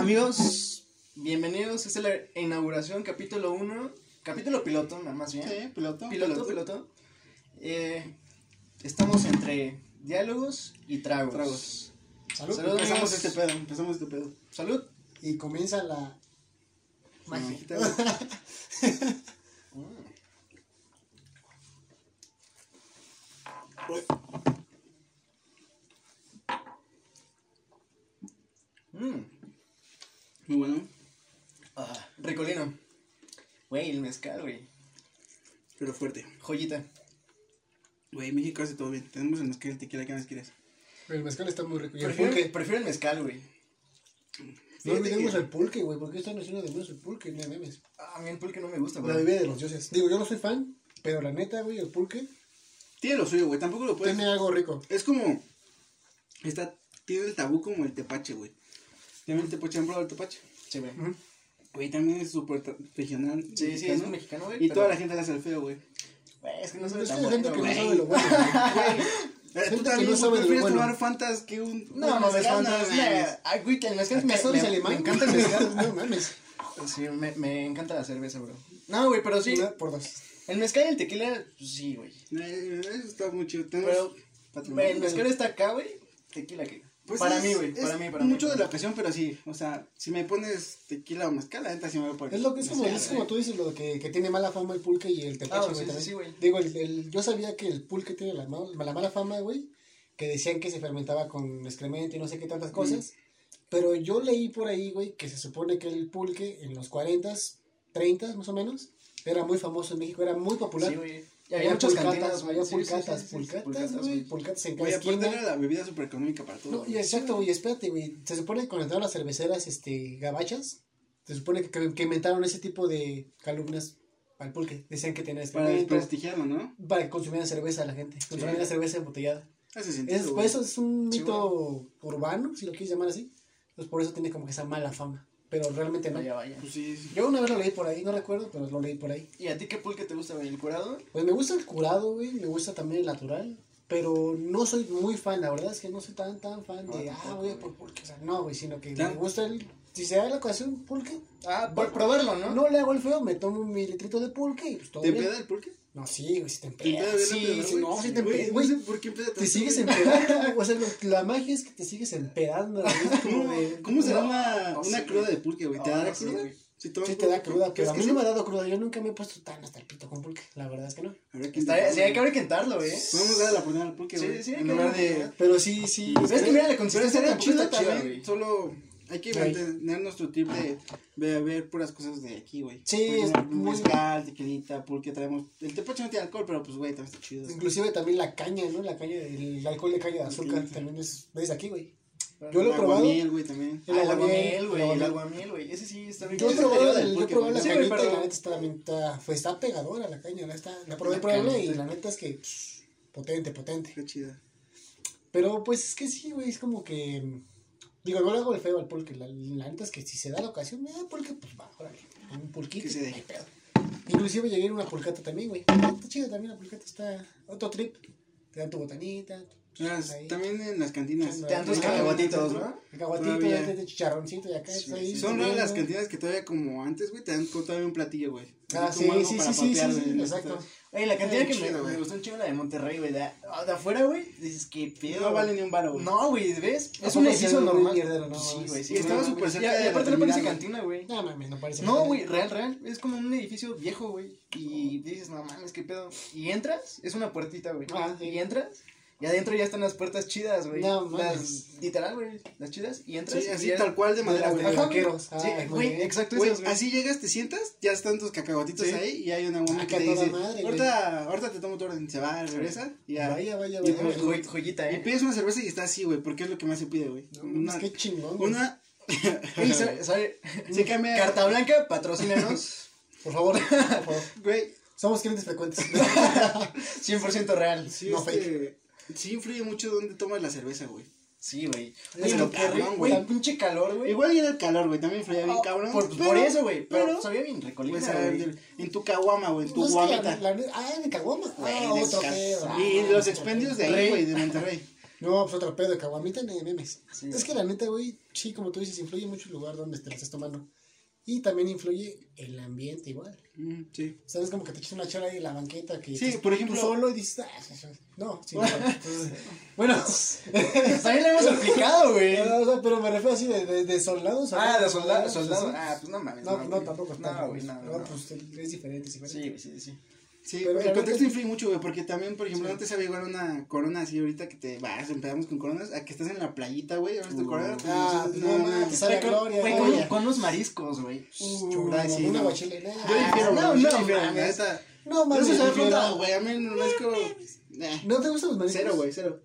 Amigos, bienvenidos. Esta es la inauguración, capítulo 1. Capítulo piloto, nada más bien. Sí, piloto. Piloto. Estamos entre diálogos y tragos. Salud. Empezamos este pedo. Salud. Y comienza la magia. Muy bueno. Ricolino. Güey, el mezcal, güey. Pero fuerte. Joyita. Güey, México hace todo bien. Tenemos el mezcal y el tequila, ¿qué más quieres? El mezcal está muy rico. Y el pulque. Prefiero el mezcal, güey. No olvidemos el pulque, güey. ¿Por qué están haciendo de menos el pulque? No memes. A mí el pulque no me gusta, La güey. bebida de los dioses. Digo, yo no soy fan, pero la neta, güey, el pulque Tiene lo suyo, güey. Tampoco lo puedes. tiene algo rico. Es como. Tiene el tabú como el tepache, güey. ¿Tiene el tepache? ¿Han probado el tepache? Sí, güey. Güey, también es súper regional. Sí, es un mexicano, güey. Y toda la gente le hace el feo, güey. Güey, es que no sabe Es que tan hay gente bueno, que no güey. sabe lo bueno, güey. Tú Gente que también no sabe de lo prefieres bueno. tomar Fantas que un. No, no, mezcal, Ay, güey, que el mezcal ¿Acaso eres alemán? me encanta el mezcal. No mames. Sí, me encanta la cerveza, bro. No, güey, pero sí. Una por dos. El mezcal y el tequila, pues sí, güey. Eso está muy chido. Pero el mezcal está acá, güey. Tequila, ¿qué? Pues para es- mí, güey. es Para mí. mucho de la ocasión, pero sí. O sea, si me pones tequila o mezcal, la neta sí me voy por Es lo que es como, mezcal, es como güey. tú dices, lo que tiene mala fama el pulque y el tepache, Ah, güey. sí, también. sí, güey. Digo, yo sabía que el pulque tiene la mala fama, güey. Que decían que se fermentaba con excremento y no sé qué tantas cosas. Pero yo leí por ahí, güey, que se supone que el pulque en los 40s, 30s más o menos, era muy famoso en México, era muy popular. Sí, güey. Y había muchas cantinas, güey. había Sí, pulcatas, sí, pulcatas, güey, pulcatas en cada Güey, aparte esquina. era la bebida súper económica para todos. No, y exacto, güey, espérate, güey. Se supone que cuando entraron las cerveceras, gabachas, se supone que inventaron ese tipo de calumnias al pulque. Decían que tenía Para excremento, desprestigiarlo, ¿no? para que consumieran cerveza a la gente. Consumieran cerveza embotellada. Hace sentido. Por güey. eso es un Sí, mito urbano, si lo quieres llamar así. Pues por eso tiene como que esa mala fama. Pero realmente no. Vaya. Pues sí. Yo una vez lo leí por ahí, no recuerdo, pero lo leí por ahí. ¿Y a ti qué pulque te gusta, güey? ¿El curado? Pues me gusta el curado, güey, me gusta también el natural, pero no soy muy fan, la verdad es que no soy tan fan de, voy a por pulque, o sea, no, güey, sino que ¿Ya? me gusta si se da la ocasión, pulque. Por probarlo, ¿no? No le hago el feo, me tomo mi litrito de pulque y pues todo ¿Te bien. empeda el pulque? No, sí, güey, si te ¿Te empeda empedas, bien sí, la peda, sí, no, si te Güey, empedas, no güey, sé por qué empeda tanto, te sigues güey. empedando, o sea, la magia es que te sigues empedando, güey, es como de... ¿Cómo será No, una sí, cruda güey. de pulque, güey? ¿Te No, da sí, cruda? güey. Si tomas Sí te da pulque, cruda, pero ¿crees a que mí sí? no me ha dado cruda, yo nunca me he puesto tan hasta el pito con pulque, la verdad es que no. Habrá que Sí, intentarlo. hay que abrequentarlo, güey. Podemos darle la oportunidad al pulque, güey. Sí, hay En que lugar darle la de... Pero sí, Es que mira, la Pero consistencia estaría tampoco chido está chida, también, güey. solo hay que Güey. mantener nuestro trip de beber puras cosas de aquí, güey. Sí, Por es ejemplo, muy- mezcal, tequilita, pulque, traemos... El tepache no tiene alcohol, pero pues, güey, también está chido. Inclusive también la caña, ¿no? La caña, el alcohol de caña de azúcar Sí. también es de aquí, güey. Yo Yo lo he probado. Miel, güey, también. El El aguamiel, aguamiel, güey. el El aguamiel. aguamiel, güey. Ese sí está bien. Yo he Ese probado, deriva del yo he pulque, probado güey. la Sí, güey, cañita y pero- la neta está pegadora la caña, la probé La por ahí y cañita. la neta es que potente. Qué chida. Pero pues es que sí, güey, es como que digo, no le hago el feo al pulque, la neta es que si se da la ocasión, me da pulque, pues va, órale, un pulquito. Que se deje. no hay pedo. Inclusive llegué a ir a una pulcata también, güey. Está chida también la pulcata, está otro trip. Te dan tu botanita, ahí. También en las cantinas. Te dan tus Ah, cacahuatitos, ¿no? Cacahuatito, Todavía. de chicharroncito y acá Sí, ahí. Son raras las comiendo. cantinas que todavía como antes, güey, te dan todavía un platillo, güey. Ah, Así como sí, algo sí, para sí, papear, sí, güey. exacto. Oye, la cantina Ay, que chido, me güey. gustó un chingo, la de Monterrey, güey. De afuera, güey, dices, qué pedo. No vale ni un baro, güey. No, güey, ¿ves? ¿A Es poco un sí edificio es muy normal. mierdero, no? Sí, güey, sí. Y estaba güey. súper cerca Y de la aparte no parece terminal, cantina, güey. No mames, no parece. No, güey, real. Es como un edificio viejo, güey. Y dices, no mames, qué pedo. Y entras, es una puertita, güey. Ah, sí. Y entras, y adentro ya están las puertas chidas, güey. No mames. Las, literal, güey, las chidas. Y entras. Sí, y así ya- tal cual de madera, de güey. Ajá, vaqueros. Sí, Ay, muy güey, bien. exacto, Güey, esas, güey. así llegas, te sientas, ya están tus cacahuatitos Sí. ahí y hay una buena Ah, que que te a toda dice, madre, güey. ahorita te tomo tu orden, se va, regresa y ya. Vaya, Y pues, Joyita, Y pides una cerveza y está así, güey, porque es lo que más se pide, güey. No, es que chingón, güey. Una... Ey, ¿sabe? Sí, cambia... Carta Blanca, patrocínanos. Por favor, por favor. Güey, Somos clientes frecuentes. 100% real. sí, No sí influye mucho dónde tomas la cerveza, güey. Sí, güey. Es Oye, lo lo que cabrón, güey, güey. pinche calor, güey. Igual y era el calor, güey, también influía bien cabrón. Por eso, güey. Pero pero- sabía bien ricolina, Pues, güey. en tu caguama, güey, en tu No, es que guamita. en Caguama. Güey, Ah, de otro ca- pedo. Y Ah, los otro expendios de pedo. ahí, güey, de Monterrey. No, pues otro pedo, caguamita ni de memes. Sí. Es que la neta, güey, sí, como tú dices, influye mucho el lugar donde te la estés tomando. Y también influye el ambiente igual. Sí. O sea, es como que te echas una chela ahí en la banqueta que Sí, tú- por ejemplo- tú solo y dices, no, sí, no. Entonces, bueno, Pues también lo hemos aplicado, güey. o sea, pero me refiero así de soldados. Ah, de soldado, pues, soldado. sí. Ah, pues no mames. No, güey. tampoco está. No, güey, no. Pues es diferente, Sí, diferente. güey, sí. Sí, Pero el la contexto neta- influye mucho, güey, porque también, por ejemplo, Sí. antes había igual una corona así ahorita que te vas, empezamos con coronas, a que estás en la playita, güey, ahora tu corona. Pues, no, te sabe a gloria. Güey, gloria. con los mariscos, güey. Chulada, sí, Un no. aguachile. Yo difiero, no, güey, yo no, difiero, la mames. neta. No, Yo mames. eso se me difiero. preguntado, güey, a mí no es como... ¿No te gustan los mariscos? Cero, güey, cero.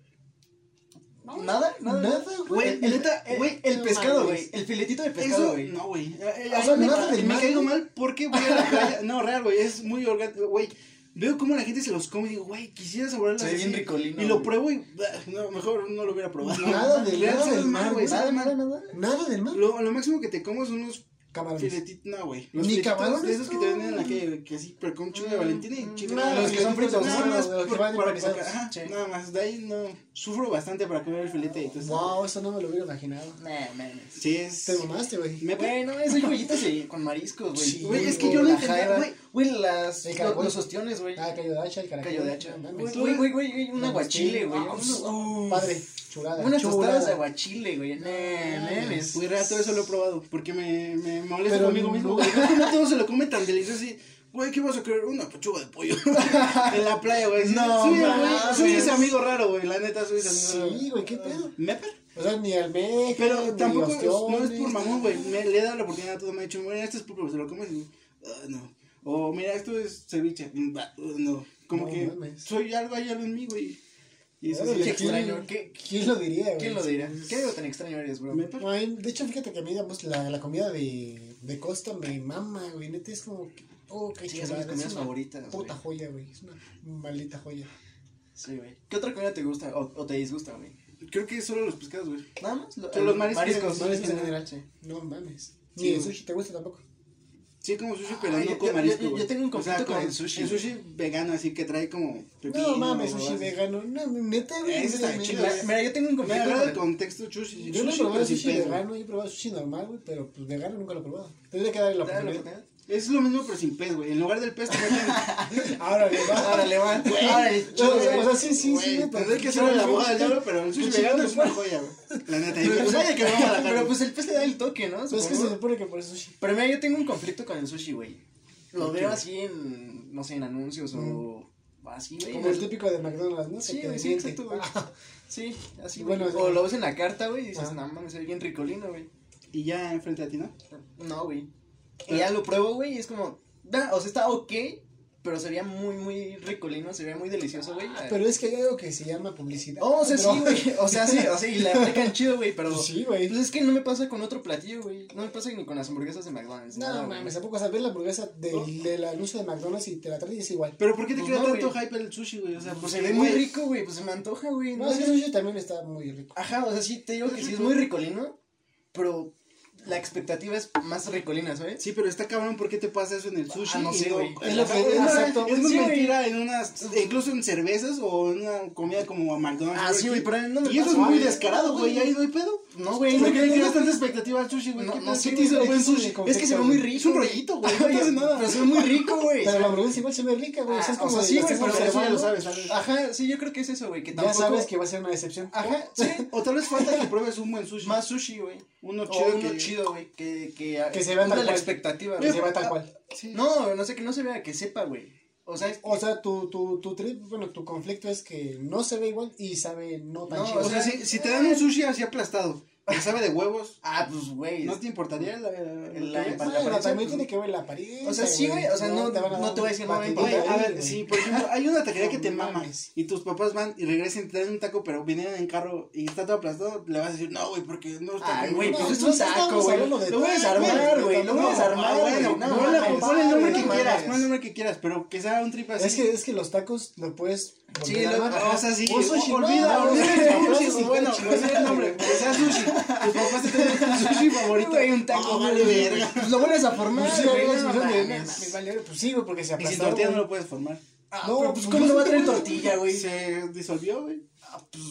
Nada, Güey, neta, güey, el no pescado, mames. güey. El filetito de pescado, Eso, güey. no, güey. O sea, nada del me mar, caigo güey. mal porque voy a la playa. No, real, güey, es muy orgánico, güey. Veo cómo la gente se los come y digo, güey, quisiera saborearlos Se ve así. bien ricolino, Y lo güey. pruebo y, no, mejor no lo hubiera probado. Nada del- Real, nada sabe del mal, mar, güey, güey. sabe mal. Nada del mar. Lo máximo que te como son unos Camarones. filetitos, no, güey. Los Ni filetitos camarones, de esos que te no. venden en la calle, que así, pero con un chingo de Valentina y un chingo No, de... los que son fritos, nada ¿no? más Los que por- van para- empanizados. ajá, Sí. nada más, de ahí no, sufro bastante para comer el filete, entonces, Wow, eso no me lo hubiera imaginado. Nah, mames. sí es... Te mamaste, güey. Me Güey, no, esos joyitas con mariscos, güey. Sí, güey, es que O yo lo la entendía, jaiba. güey. Güey, El caracol. los ostiones, güey. Ah, callo de hacha, el caracol. Callo de hacha. No mames. Güey, un aguachile, güey. Padre, chulada. Unas chulada. tostadas de aguachile, güey. Mames. Muy rato eso lo he probado, porque me molesta Pero conmigo mismo. no. Güey, creo que no todo se lo come tan delicioso así. Güey, ¿qué vas a querer? Una pechuga de pollo. En la playa, güey. Sí, No, soy, mames. soy ese amigo raro, güey. La neta, soy ese amigo raro. Sí, güey, qué pedo. ¿Meper? O sea, ni almeja, Pero ni tampoco no es ostiones, por mamón, güey. nada. Le he dado la oportunidad a todo. Me ha dicho, mira, esto es pulpo, se lo comes y. No. O mira, esto es ceviche. No. Como No que mames. soy algo, hay algo en mí, güey. Y eso Órale, sí. Qué ¿quién- extraño. ¿Quién lo diría, güey? ¿Quién lo dirá? ¿Qué algo tan extraño eres, bro? ¿Meper? Ay, de hecho, fíjate que a mí, digamos, la comida de costa me mama, güey. Neta, es como que, qué Sí, es de mis chulada. comidas una favoritas, puta güey. joya, güey. Es una maldita joya. Sí, güey. ¿Qué otra comida te gusta o te disgusta, güey? Creo que solo los pescados, güey. Nada más. Son los mariscos. Mariscos en general, general. sí. No mames. Sí, Ni el güey. sushi te gusta tampoco. Sí, como sushi, pero Ay, no yo- con yo- marisco, yo- güey. yo tengo un conflicto con con el sushi, El güey. sushi vegano, así que trae como pepino. No mames, o sushi así. vegano. No, neta, güey. Ese está neta, chido, neta. güey. Mira, yo tengo un Me conflicto agrada con el contexto sushi. Yo no he Sushi, probado pero sin sushi peso. vegano, yo he probado sushi normal, güey, pero pues vegano nunca lo he probado. Tendría que darle la ¿Te da la oportunidad. oportunidad? Es lo mismo, pero sin pez, güey. En lugar del pez te meten. Ahora le va. Ahora levanta. Ahora el O chulo, sea, güey. sí, Güey, pero tendré que hacer la boda del diablo, pero el sushi Pues, vegano sí, es una joya, güey. La neta. Y Pero, pues pues, vaya que me vamos a la pero carne. pues el pez le da el toque, ¿no? Pues es que se Supongo. supone que por eso sushi. Pero mira, yo tengo un conflicto con el sushi, güey. Lo ¿Por veo qué? así en, no sé, en anuncios o así, güey. Como el típico de McDonald's, ¿no? Sí, Que te güey, sí, miente. exacto, güey. Sí, así, Bueno, güey. O lo ves en la carta, güey, y dices, Ajá. no mames, se ve bien ricolino, güey. Y ya enfrente a ti, ¿no? No, güey. Y ya lo pruebo, güey, y es como, o sea, está ok, pero se veía muy ricolino, se veía muy delicioso, güey. Pero es que hay algo que se llama publicidad. Oh, o sea, Bro. sí, güey. O sea, sí, y la aplican chido, güey, pero. Pues sí, güey. Pues es que no me pasa con otro platillo, güey. No me pasa ni con las hamburguesas de McDonald's. No, nada, güey. mames, tampoco sabes la hamburguesa del anuncio de McDonald's y te la traes y es igual. Pero ¿por qué te Pues crea no, tanto güey. hype el sushi, güey? O sea, Pues porque se ve muy güey, rico, güey. Pues se me antoja, güey. No, es que el sushi también está muy rico. Ajá, o sea, sí, te digo que sí es muy ricolino, pero la expectativa es más ricolina, ¿sabes? Sí, pero está cabrón, ¿por qué te pasa eso en el sushi? Ah, no Y sé, güey. en Es la- lo que- es una- exacto. Es una Sí, güey. mentira en unas, incluso en cervezas o en una comida como a McDonald's. Ah, sí, güey, pero no me Y eso pasa, es muy güey. descarado, güey, ahí no hay pedo. No, güey. ¿Por no, qué le no, tienes no, tanta expectativa al sushi, güey? No, ¿Qué no pedo? sé, ¿Qué te hizo el güey, buen es un sushi? conflicto, Es que se ve muy güey. rico. Es un güey. rollito, güey, no pasa nada. Pero se ve muy rico, güey. Pero la hamburguesa igual se ve rica, güey. O sea, es Ah, como o sea, sí, la güey, estás pero eso ya lo observando. sabes, ¿sabes? Ajá, sí, yo creo que es eso, güey, que Ya tampoco. sabes que va a ser una decepción. Ajá, sí. O tal vez falta que pruebes un buen sushi. Más sushi, güey. Uno O chido uno que... chido, güey, que se vea cumpla tal la cual. expectativa, Que güey. se va tal cual. Sí. No, no sé, que no se vea, que sepa, güey. O sea, O sea, tu trip, bueno, tu conflicto es que no se ve igual y sabe no tan No, chido. O sea, si te dan un sushi así aplastado, que sabe de huevos, pues, güey. ¿no te importaría la La- Bueno, apariencia, también pues, tiene que ver la apariencia. O sea, sí, güey, o sea, no van a te dar voy a decir, no me un Güey, importa. a ver, güey. si por ejemplo hay una taquería que te No mama mames. y tus papás van y regresan y te dan un taco, pero vinieron en carro y está todo aplastado, le vas a decir, no, güey, porque no está Ay, como- güey, no, pues es no un estamos taco, güey. hablando de Lo voy a tacos, desarmar, güey, güey. Lo voy a no, desarmar, bueno, güey. No, ponle mames, ponle el nombre no que mames. quieras, ponle el nombre que quieras, pero que sea un trip así. Es que los tacos lo puedes Sí, volver a lo- armar. O sea, sí, Un sushi, olvida no, el no, nombre, no, bueno, no, olvida el nombre, que sea sushi. Tus papás te tienen tu sushi favorito. Güey, un taco, Ah, güey. vale, verga. Pues lo vuelves a formar, Pues sí, güey. güey, No pues, mames. mames, vale, pues sí, güey, porque se Y sin aplastaron. tortilla no güey. lo puedes formar. Ah, No, pero pues, pues, ¿cómo no va a traer güey. tortilla, güey? Se disolvió, güey.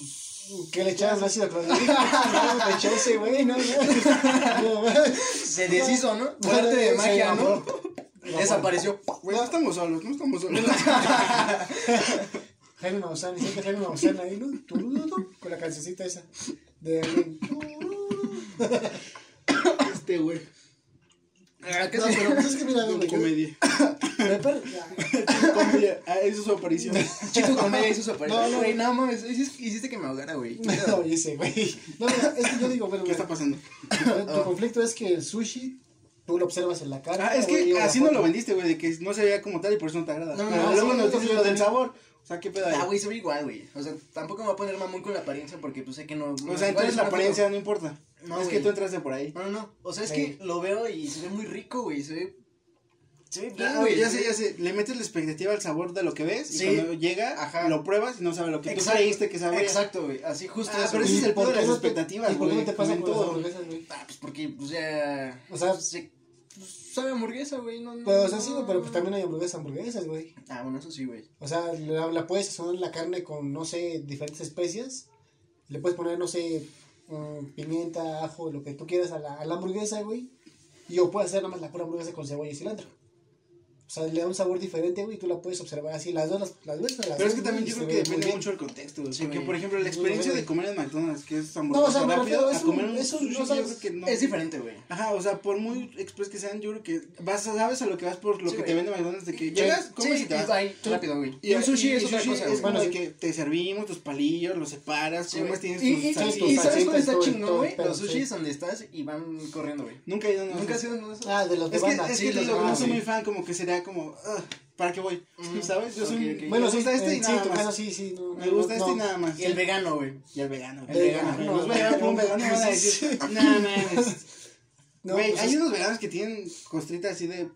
¿Qué le echaron ácido clorhídrico? No, me echó ese güey, no. Se deshizo, ¿no? Por arte de magia, ¿no? Desapareció. Güey, no estamos solos. Jaime Maussan, siente Jaime Maussan ahí, ¿no? Con la cancioncita esa. Este, güey. ¿Qué No, pero pues es que mira, Con güey. comedia. Comedia. Hizo su aparición. Chico comedia hizo su aparición. No. Güey, no mames, hiciste que me ahogara, güey. No, ese, güey. No, mira, es que yo digo, bueno, ¿Qué está pasando? tu conflicto es que el sushi, tú lo observas en la cara. Es güey, que o la así no foto. lo vendiste, güey, de que no se veía como tal y por eso no te agrada. No, Pero no, luego sí, nos no, dices no, lo no. del sabor. O sea, ¿qué pedo ahí? Güey, se ve igual, güey. O sea, tampoco me voy a poner mamón con la apariencia porque pues sé que no. O igual sea, entonces es la una foto. apariencia no importa. No, es que güey. tú entraste por ahí. No. O sea, es Sí. que lo veo y se ve muy rico, güey. Se ve bien, Ah, güey. ya sé. Le metes la expectativa al sabor de lo que ves Sí. y cuando llega, Ajá. lo pruebas y no sabe lo que tú Exacto. creíste que sabía. Exacto, güey. Así justo Ah, eso. pero güey. ese es el pedo de las no te- expectativas, ¿Y por qué no güey, te pasa en con las todo. hamburguesas, güey? Pues porque, pues ya. O sea, pues, sabe a hamburguesa, güey. No. pero, o sea, sí, güey, pero pues también hay hamburguesas, güey. Ah, bueno, eso sí, güey. O sea, la puedes sazonar la carne con, no sé, diferentes especias. Le puedes poner, no sé, pimienta, ajo, lo que tú quieras a la hamburguesa, güey. Y o puedes hacer nada más la pura hamburguesa con cebolla y cilantro. O sea, le da un sabor diferente, güey, y tú la puedes observar así, las dos ves. Pero es que también yo creo que depende mucho del contexto, güey. Sí, Porque, güey. por ejemplo, la experiencia de comer en McDonald's, que es No, o hamburguesa sea, me rápido, refiero, a es comer un- un es un- sushi, no yo sabes, creo que no. Es diferente, güey. Ajá, o sea, por muy express que sean, yo creo que sabes a lo que vas por lo Sí, que güey. te vende McDonald's, de que llegas, comes Sí, y te vas. ahí, rápido, güey. Y un sushi y es otra sushi cosa, es güey. como Bueno, de sí. que te servimos tus palillos, los separas, Sí, comes, güey. tienes Y tus tus ¿sabes cuál está salsitas, chingón, todo, güey? todo, Los sí. sushis donde estás y van corriendo, güey. Nunca he ido, no. ¿Nunca has ido uno de esos? Ah, de los de Es que, banda. es Sí, que te los digo, de no banda, soy sí. muy fan, como que sería como, ¿para qué voy? ¿Sabes? Yo soy, Ok, ok. Bueno, me sí, gusta este y sí, nada tu más. caso sí, no. Me gusta este y nada más. Y el vegano, güey. Y el vegano. El vegano. Los voy a llevar por un vegano y van a decir, no mames. No, Güey, pues hay es- unos veganos que tienen costritas así de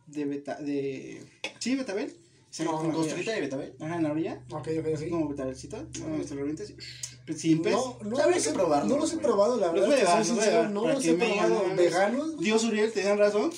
sí, betabel. Sí, No, como- ¿Costrita de betabel? Ajá, en la orilla. Ok, Así sí. como betabelcito. No, te lo revientas y- sin pez. No, Habría los que he- probarlos, no los he güey. probado, la Los verdad. voy a te llevar, soy los voy a sincero, llevar, no para los que he me digan, probado no mames. veganos. Dios Uriel, tenían razón.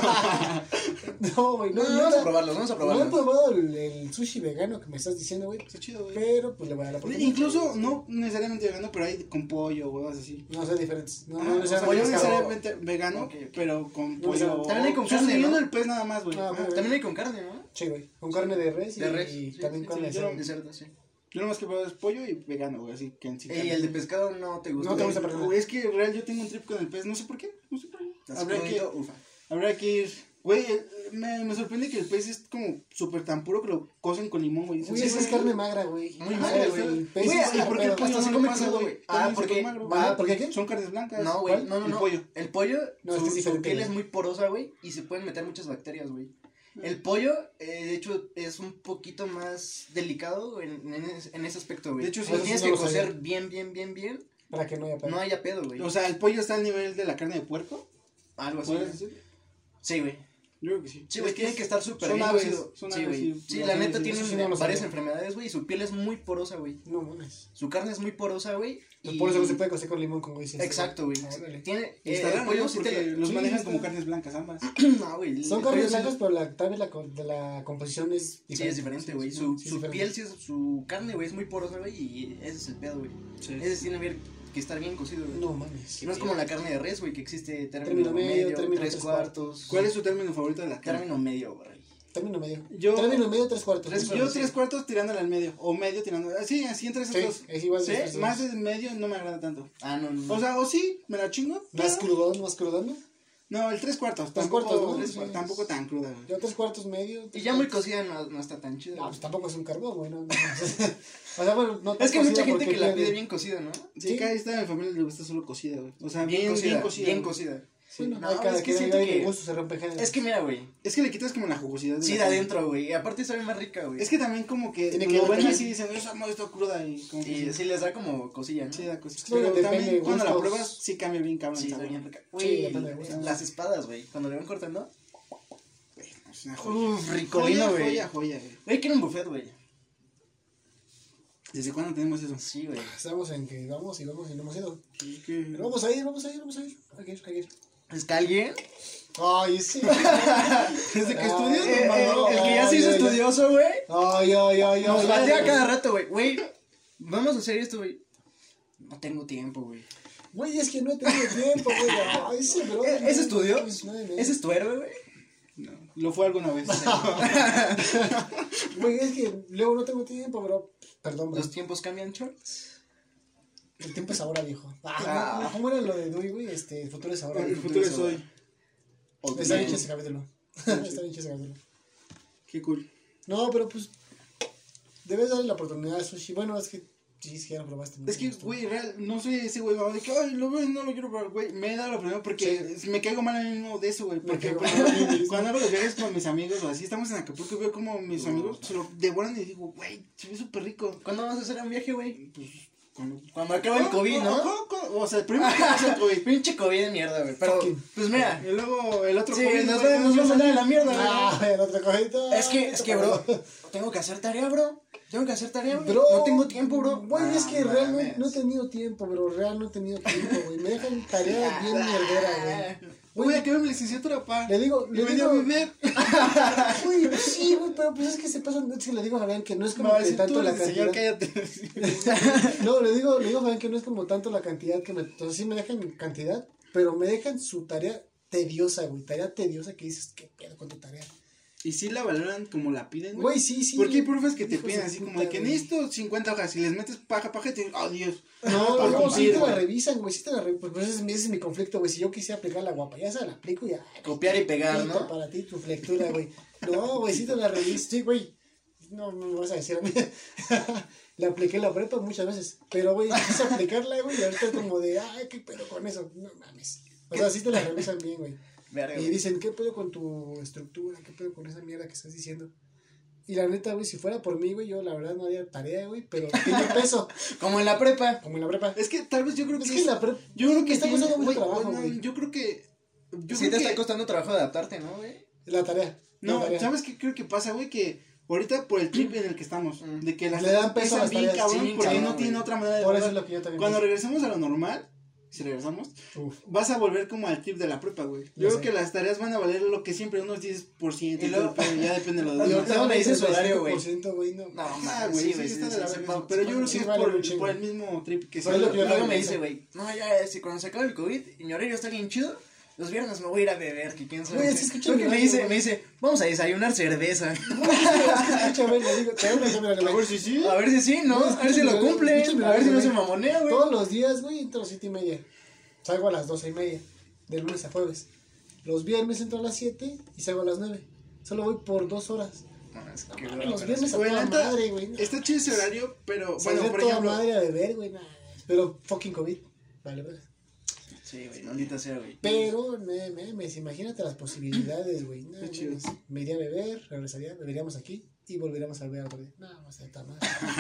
No, güey, No, no, vamos neta, a probarlos, vamos a no he probarlos. probado el sushi vegano que me estás diciendo, güey. Está chido, güey. Pero pues le voy a dar la oportunidad. Incluso, no necesariamente vegano, pero hay con pollo, huevas así. No sé, diferentes. No, Ajá, no o sea, necesariamente no pescado. necesariamente vegano, Ok, ok. pero con No, pollo. también hay con carne, sustituyendo ¿no? el pez nada más, güey. Ah, Ajá. ok. También hay con carne, ¿no? Sí, güey. Con carne de res De res, y sí, también sí, carne sí, de yo cerdo. De cerdo, sí. Yo lo más que puedo es pollo y vegano, güey, así que en sí. ¿Y el de pescado no te gusta? No te güey? gusta para nada. Güey, es que real yo tengo un trip con el pez, no sé por qué. ¿Estás Habría que, crudito? Ufa. habría que ir. Güey, me sorprende que el pez es como súper tan puro que lo cocen con limón, güey. Güey, Sí, esa es carne magra, güey. Muy O magra, sea, güey. el pez Güey, es ¿y una por qué el pedo. pollo Hasta no se le come pasa, crudo, güey? güey. También se Porque come magro, Ah, güey. ¿por qué qué? Son carnes blancas. No, güey, ¿Cuál? no. El pollo. El pollo, No, es su, que es su diferente, piel güey. es muy porosa, güey, y se pueden meter muchas bacterias, güey. El pollo, de hecho, es un poquito más delicado en ese aspecto, güey. De hecho, sí, Lo eso tienes sí no que lo sabía. cocer bien, Para que no haya pedo. no haya pedo, güey. O sea, el pollo está al nivel de la carne de puerco. Algo así. ¿Puedes güey. decir? Sí, güey. Yo creo que sí. Sí, güey, Es que tiene que estar súper son bien aves, cocido. son Sí, aves, güey. sí, Sí, no la sé, neta sí, tienen eso sí no lo varias sabía. enfermedades, güey, y su piel es muy porosa, güey. No mames. Su carne es muy porosa, güey. Y... Por eso no se puede cocer con limón, como dices. Exacto, güey. Órale. Tiene... Está raro, pollo ¿no? sí Porque te... los sí, manejan está- como carnes blancas ambas. No, güey. Son el carnes pollo sí- blancas, pero tal vez de la composición es diferente. Sí, es diferente, güey. Sí, Su, sí, su diferente. piel, sí es, su carne, güey, es muy porosa, güey, y ese es el pedo, güey. Sí. Ese tiene que estar bien cocido, güey. No mames. No es como la carne de res, güey, que existe Término término medio, medio, término tres tres cuartos. ¿Cuál es su término favorito de la carne? Término medio, güey. Término medio. Yo- Término medio, tres cuartos. Tres Sí, cuartos. Yo 3/4 tirándole al medio. O medio tirando. Sí, así entre esos dos. es igual. Sí, de estos más dos. de medio no me agrada tanto. Ah, no. O sea, o sí, me la chingo. Más pero- crudón, más crudón. No, el 3/4. Tres Tampoco, cuartos, ¿no? tres cuartos, Sí. tampoco tan cruda, güey. Yo tres cuartos medio. Y ya muy cocida no está tan chida. No, güey. pues tampoco es un carbón, güey. No, no. O sea, bueno, no tan Es que hay mucha cocida gente porque que la pierde. pide bien cocida, ¿no? Sí, Sí. cada esta de mi familia le gusta solo cocida, güey. O sea, Bien cocida, bien güey. cocida. Sí. Bueno, No, hay cada es que quien, siento hay que- de gusto, se rompe género. Es que mira, güey. Es que le quitas como la jugosidad. Sí, la de carne. adentro, güey. Y aparte sabe más rica, güey. Es que también como que Tiene que lo ver ven también. así y dicen, yo amo esto cruda y como que Y sí les da como cosilla, ¿no? sí da cosas. que Pero depende también de cuando la gustos. pruebas sí cambia bien cabrón. Sí, el está sabor. bien rica. Sí, Güey, depende de gusto. las espadas, güey. Cuando le van cortando. Güey, es una joya. Uf, ricolino, güey. Joya, güey. Güey, quiero un buffet, güey. ¿Desde cuándo tenemos eso? Sí, güey. Estamos en que vamos y no hemos ido. ¿Qué? Pero vamos a ir. Hay que ir. ¿Es que alguien? Ay, sí. Desde que Ay, estudias, eh, mamá. El que ya se hizo Ay, ay, ay. estudioso, güey. Ay. Nos batea cada rato, güey. Güey, vamos a hacer esto, güey. No tengo tiempo, güey. Güey, es que no he tenido tiempo, güey. Ay, ese bro. ¿Ese estudio? Pues, no, ¿Ese es tu héroe, güey? No, lo fue alguna vez. Güey, es que luego no tengo tiempo, bro. Perdón, bro. ¿Los tiempos cambian, shorts? El tiempo es ahora, viejo. No, ¿cómo era lo de Dewey, güey? El futuro es ahora. El futuro es hoy. Está bien chido ese capítulo. Está bien chido ese capítulo. Qué cool. No, pero pues debes darle la oportunidad a Sushi. Bueno, es que sí, ya lo probaste. Es que, güey, real, no soy ese güey, de que, ay, lo veo y no lo quiero probar, güey. Me he dado la primera porque me caigo mal a mí mismo de eso, güey. Porque cuando hago los viajes con mis amigos o así, estamos en Acapulco y veo como mis amigos se lo devoran y digo, güey, se ve súper rico. ¿Cuándo vas a hacer un viaje, güey? Pues, Cuando acabe el COVID, ¿no? O sea, el primero que pasa el COVID. Pinche COVID de mierda, güey. Pero, pues mira. Y luego el otro Sí, COVID, nos güey, va a mandar a la mierda, güey. Ah, el otro cojito. Es que, bro, tengo que hacer tarea, bro. Tengo que hacer tarea, Bro, no tengo tiempo, bro. Güey, es que No real mames. no he tenido tiempo, bro. Real no he tenido tiempo, güey. Me dejan tarea bien mierdera, güey. Voy a quedar mi licenciatura, pa. Le digo, Y venía a beber. Güey, pues sí, güey, pero pues es que se pasan, es que le digo a Fabián que no es como Va a que decir, tanto tú la eres el señor, cantidad. cállate. No, le digo a Fabián que no es como tanto la cantidad que me, entonces sí me dejan cantidad, pero me dejan su tarea tediosa, güey, tarea tediosa que dices, ¿qué pedo con tu tarea? Y sí la valoran como la piden, Güey, sí. Porque hay profes que te hijos piden de así puta, como de que güey. necesito 50 hojas y les metes paja y te dicen, oh Dios. No, Por no, sí cumplir, te la güey. revisan, güey, sí te la revisan, pues ese es mi conflicto, güey, si yo quisiera aplicar la guapa, ya se la aplico y ya. Copiar y pegar, Pito ¿no? para ti tu lectura, güey. No, güey, sí te la revisan, sí, güey. No me vas a decir a mí. La apliqué en la prepa muchas veces, pero, güey, quise aplicarla, güey, y ahorita como de, ay, qué pedo con eso, no mames. O sea, sí te la revisan bien, güey. Verga, Y güey. dicen, ¿qué pedo con tu estructura? ¿Qué pedo con esa mierda que estás diciendo? Y la neta, güey, si fuera por mí, güey, yo la verdad no haría tarea, güey, pero tiene peso, Como en la prepa. como en la prepa. Es que tal vez yo creo Es que que en la prepa, yo creo que está tiene- costando mucho güey, trabajo, bueno, güey. yo creo que Sí te está costando trabajo adaptarte, ¿no, güey? la tarea. No, la tarea. ¿sabes qué creo que pasa, güey? Que ahorita por el trip en el que estamos, de que las Le dan peso a las pesan bien tareas, cabrón sí, porque cabrón, no tienen güey. otra manera de Por eso es evaluar. lo que yo también Cuando pienso. regresemos a lo normal, si regresamos, Uf. vas a volver como al trip de la prepa, güey. Ya Yo creo sé. que las tareas van a valer lo que siempre, unos 10%, Y luego- pero ya depende de lo Y demás. ahorita Luego me dices su horario, güey. 35%, güey, no. No, Ah, mames, güey, sí, sí, güey, está sí, de la sí, verga sí, eso, pero yo creo que sí, es vale por, un chingo. por el mismo trip que se Pero es lo que yo Luego también me pienso. dice, güey, no, ya, si cuando se acabe el COVID y mi horario está bien chido, los viernes me voy a ir a beber, que quién sabe. Güey, qué. sí escucha Creo que mi me radio, dice, güey. me dice, vamos a desayunar cerveza. Escúchame, le digo, te hablo, mira, A ver si sí. A ver si sí, ¿no? Güey, A ver si lo escúchame, cumple, escúchame, a ver si no güey. se mamonea, güey. Todos los días, güey, entro a las 7:30. Salgo a las 12:30. De lunes a jueves. Los viernes entro a las 7 y salgo a las 9. Solo voy por 2 horas. No, es que, No, güey, los pero viernes a Güey, toda la neta, madre, güey. No. está chido ese horario, pero Saldré bueno, por toda ejemplo, madre a beber, güey. Nah. Pero fucking COVID. Vale, vale. sí, güey, maldita sea, güey. Pero, imagínate las posibilidades, güey. No, Qué chido. mames. Me iría a beber, regresaría, beberíamos aquí y volveríamos a beber otro día. No, o sea, está mal.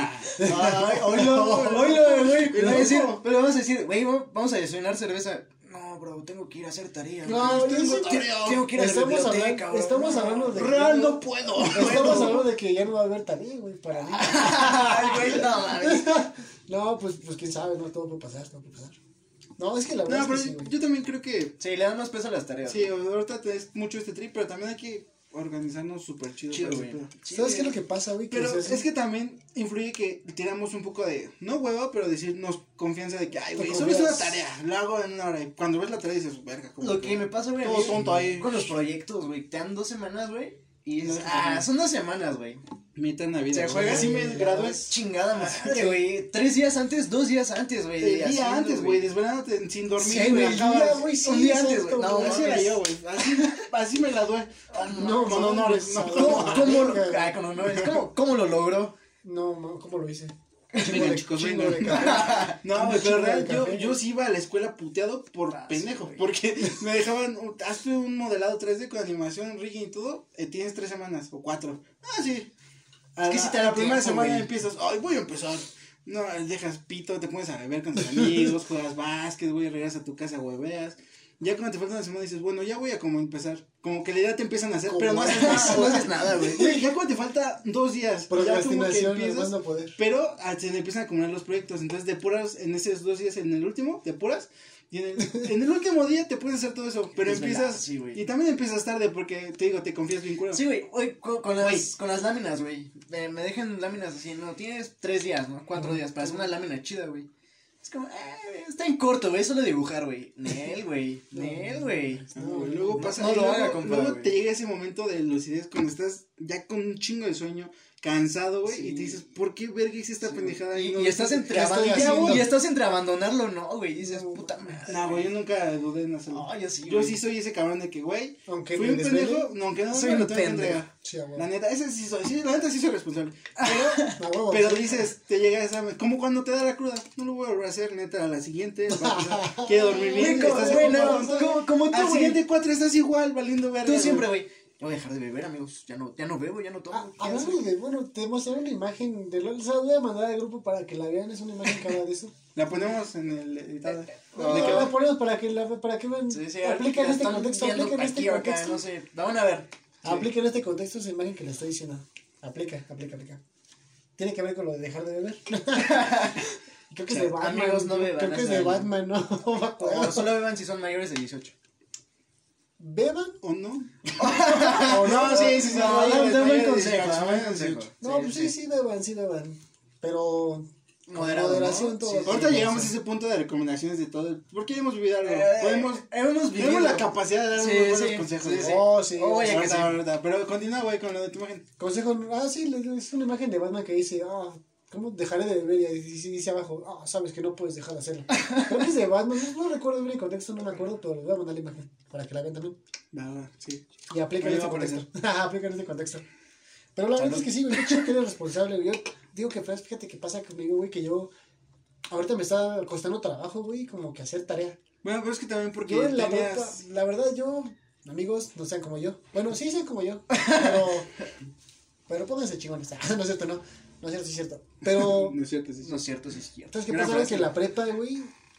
Ay, oílo, güey. Pero vamos a decir, güey, vamos a desayunar cerveza. No, bro, tengo que ir a hacer tarea. No, güey. yo tengo, sí- tengo que ir a la biblioteca, bro. estamos hablando de real no puedo. Estamos hablando de que ya no va a haber tarea, güey, para mí. Ay, güey, no mames. No, pues quién sabe, no, todo puede pasar, todo puede pasar. No, es que la verdad No, es pero que sí, güey. yo también creo que Sí, le dan más peso a las tareas. sí, ahorita es mucho este trip, pero también hay que organizarnos súper chido. Chido, para ese güey. pedo. Sí, ¿Sabes qué es güey. lo que pasa, güey? Pero se hace- es que también influye que tiramos un poco de, no hueva, pero decirnos confianza de que, ay, güey, Te solo es una confías. tarea, lo hago en una hora. Y cuando ves la tarea dices, verga, como Lo que me pasa, güey, a todo mí tonto ahí. con los proyectos, güey. Te dan 2 semanas, güey. Y No, dices, no, no. son 2 semanas, güey. Mitad Navidad. Se güey. juega Así me Sí, gradué Chingada madre, güey. 3 días antes, 2 días antes, güey. el día haciendo, antes, güey, desvelándote sin dormir. Sí, güey, el día, güey, sí, un día antes, exacto, güey. No, güey. Así era mames. yo, güey. Así me gradué. No, con mames, honores, no. ¿Cómo lo, verga. con honores. ¿Cómo lo logró? No, ¿cómo lo hice? Vengan, chicos, Chingo vengan. de café. No, Un güey, pero chingo de real, café. yo sí iba a la escuela puteado por Ah, pendejo. sí, güey. Porque me dejaban, hazte un modelado 3D con animación, rigging y todo. Tienes 3 semanas o 4. Ah, sí. A que la, sí te a da la primera tiempo, semana güey. empiezas, ay, voy a empezar. No, dejas pito, te pones a beber con tus amigos, juegas básquet, güey, regresas a tu casa, hueveas. Ya cuando te falta una semana dices, bueno, ya voy a como empezar. Como que la idea te empiezan a hacer, pero no haces nada. No haces nada, güey. Güey, ya cuando te falta 2 días, ya como que Procrastinación, empiezas, nomás no poder. pero se le empiezan a acumular los proyectos. Entonces depuras en esos 2 días, en el último, depuras. Y en el último día te puedes hacer todo eso. Pero Es empiezas. verdad, sí, güey. Y también empiezas tarde porque te digo, te confías bien culo. Sí, güey, hoy con las láminas, güey. Me dejan láminas así, no, tienes 3 días, ¿no? 4 días para hacer una lámina chida, güey. Es como, está en corto, güey, solo dibujar, güey. Nel, güey. Luego pasa, no lo luego, haga, compa, luego güey. te llega ese momento de lucidez cuando estás ya con un chingo de sueño, cansado, güey, Sí. y te dices, ¿por qué verga hice esta pendejada? Y, no y lo estás hice? entre ¿qué estoy abandonarlo, haciendo? y estás entre abandonarlo o no, güey. Y dices, puta madre. No, güey, yo nunca dudé en hacerlo. No, yo sí, Yo güey. sí soy ese cabrón de que, güey, Aunque fui me un desvele. pendejo, no, aunque no, Soy no, un lo tengo que pendejo. entregar. Sí, a huevo. La neta, ese sí soy, sí, la neta sí soy responsable. A huevo, Pero sí. dices, te llega esa, como cuando te da la cruda, no lo voy a volver a hacer, neta, a la siguiente, quiero dormir bien, Güey, estás güey, ocupado, no, ¿sabes? como tú, Al güey. siguiente 4 estás igual, valiendo verga. Tú siempre, güey. Voy a dejar de beber, amigos. Ya no bebo, ya no tomo. Hablando de, bueno, te mostré una imagen de LOL, o sea, voy a mandar al grupo para que la vean, es una imagen que habla de eso. La ponemos en el editado. No, ¿De qué la va? ponemos para que vean, Sí, aplica en la este están contexto, viendo aplica en este aquí o acá, contexto. no sé. La van a ver. Aplica en este contexto esa imagen que le estoy diciendo. Aplica. Tiene que ver con lo de dejar de beber. Creo que es de Batman. Amigos, no beban, Creo que es hasta de ahí. Batman, ¿no? No me acuerdo. O solo beban si son mayores de 18. ¿Beban? ¿O no? ¿O No, sí, No, mayores, dame un mayores de consejo, 18, dame un mayores de consejo. 18. No, pues sí beban. Pero Moderado, moderación ¿no? todo. Sí, Ahorita sí, llegamos a sí. ese punto de recomendaciones de todo. Porque ya hemos vivido algo. Hemos vivido. Tenemos la capacidad de dar Sí, unos buenos sí, consejos. sí, güey. sí. Oh, sí. Oh, vaya que Ahorita, sí. ahorita. Pero continúa, güey, con lo de tu imagen. Consejo, sí, es una imagen de Batman que dice, ¿cómo dejaré de beber? Y dice abajo, sabes que no puedes dejar de hacerlo. Creo que es de Batman, no recuerdo bien el contexto, no me acuerdo, pero les voy a mandar la imagen para que la vean también. Va, sí. Y aplica en Ahí este va a aparecer. contexto. Aplica en este contexto. Pero la verdad es que sí, güey, qué chido que eres responsable, güey. Yo digo que, fíjate que pasa conmigo, güey, que yo ahorita me está costando trabajo, güey, como que hacer tarea. Bueno, pero es que también porque Yo en la tenías... prepa, la verdad, amigos, no sean como yo. Bueno, sí sean como yo, pero pónganse chingones. No es cierto, no. No es cierto, sí es cierto. Pero, No es cierto, sí. No es cierto, sí es cierto. entonces, ¿qué Gran pasa? frase. Que en la prepa, güey,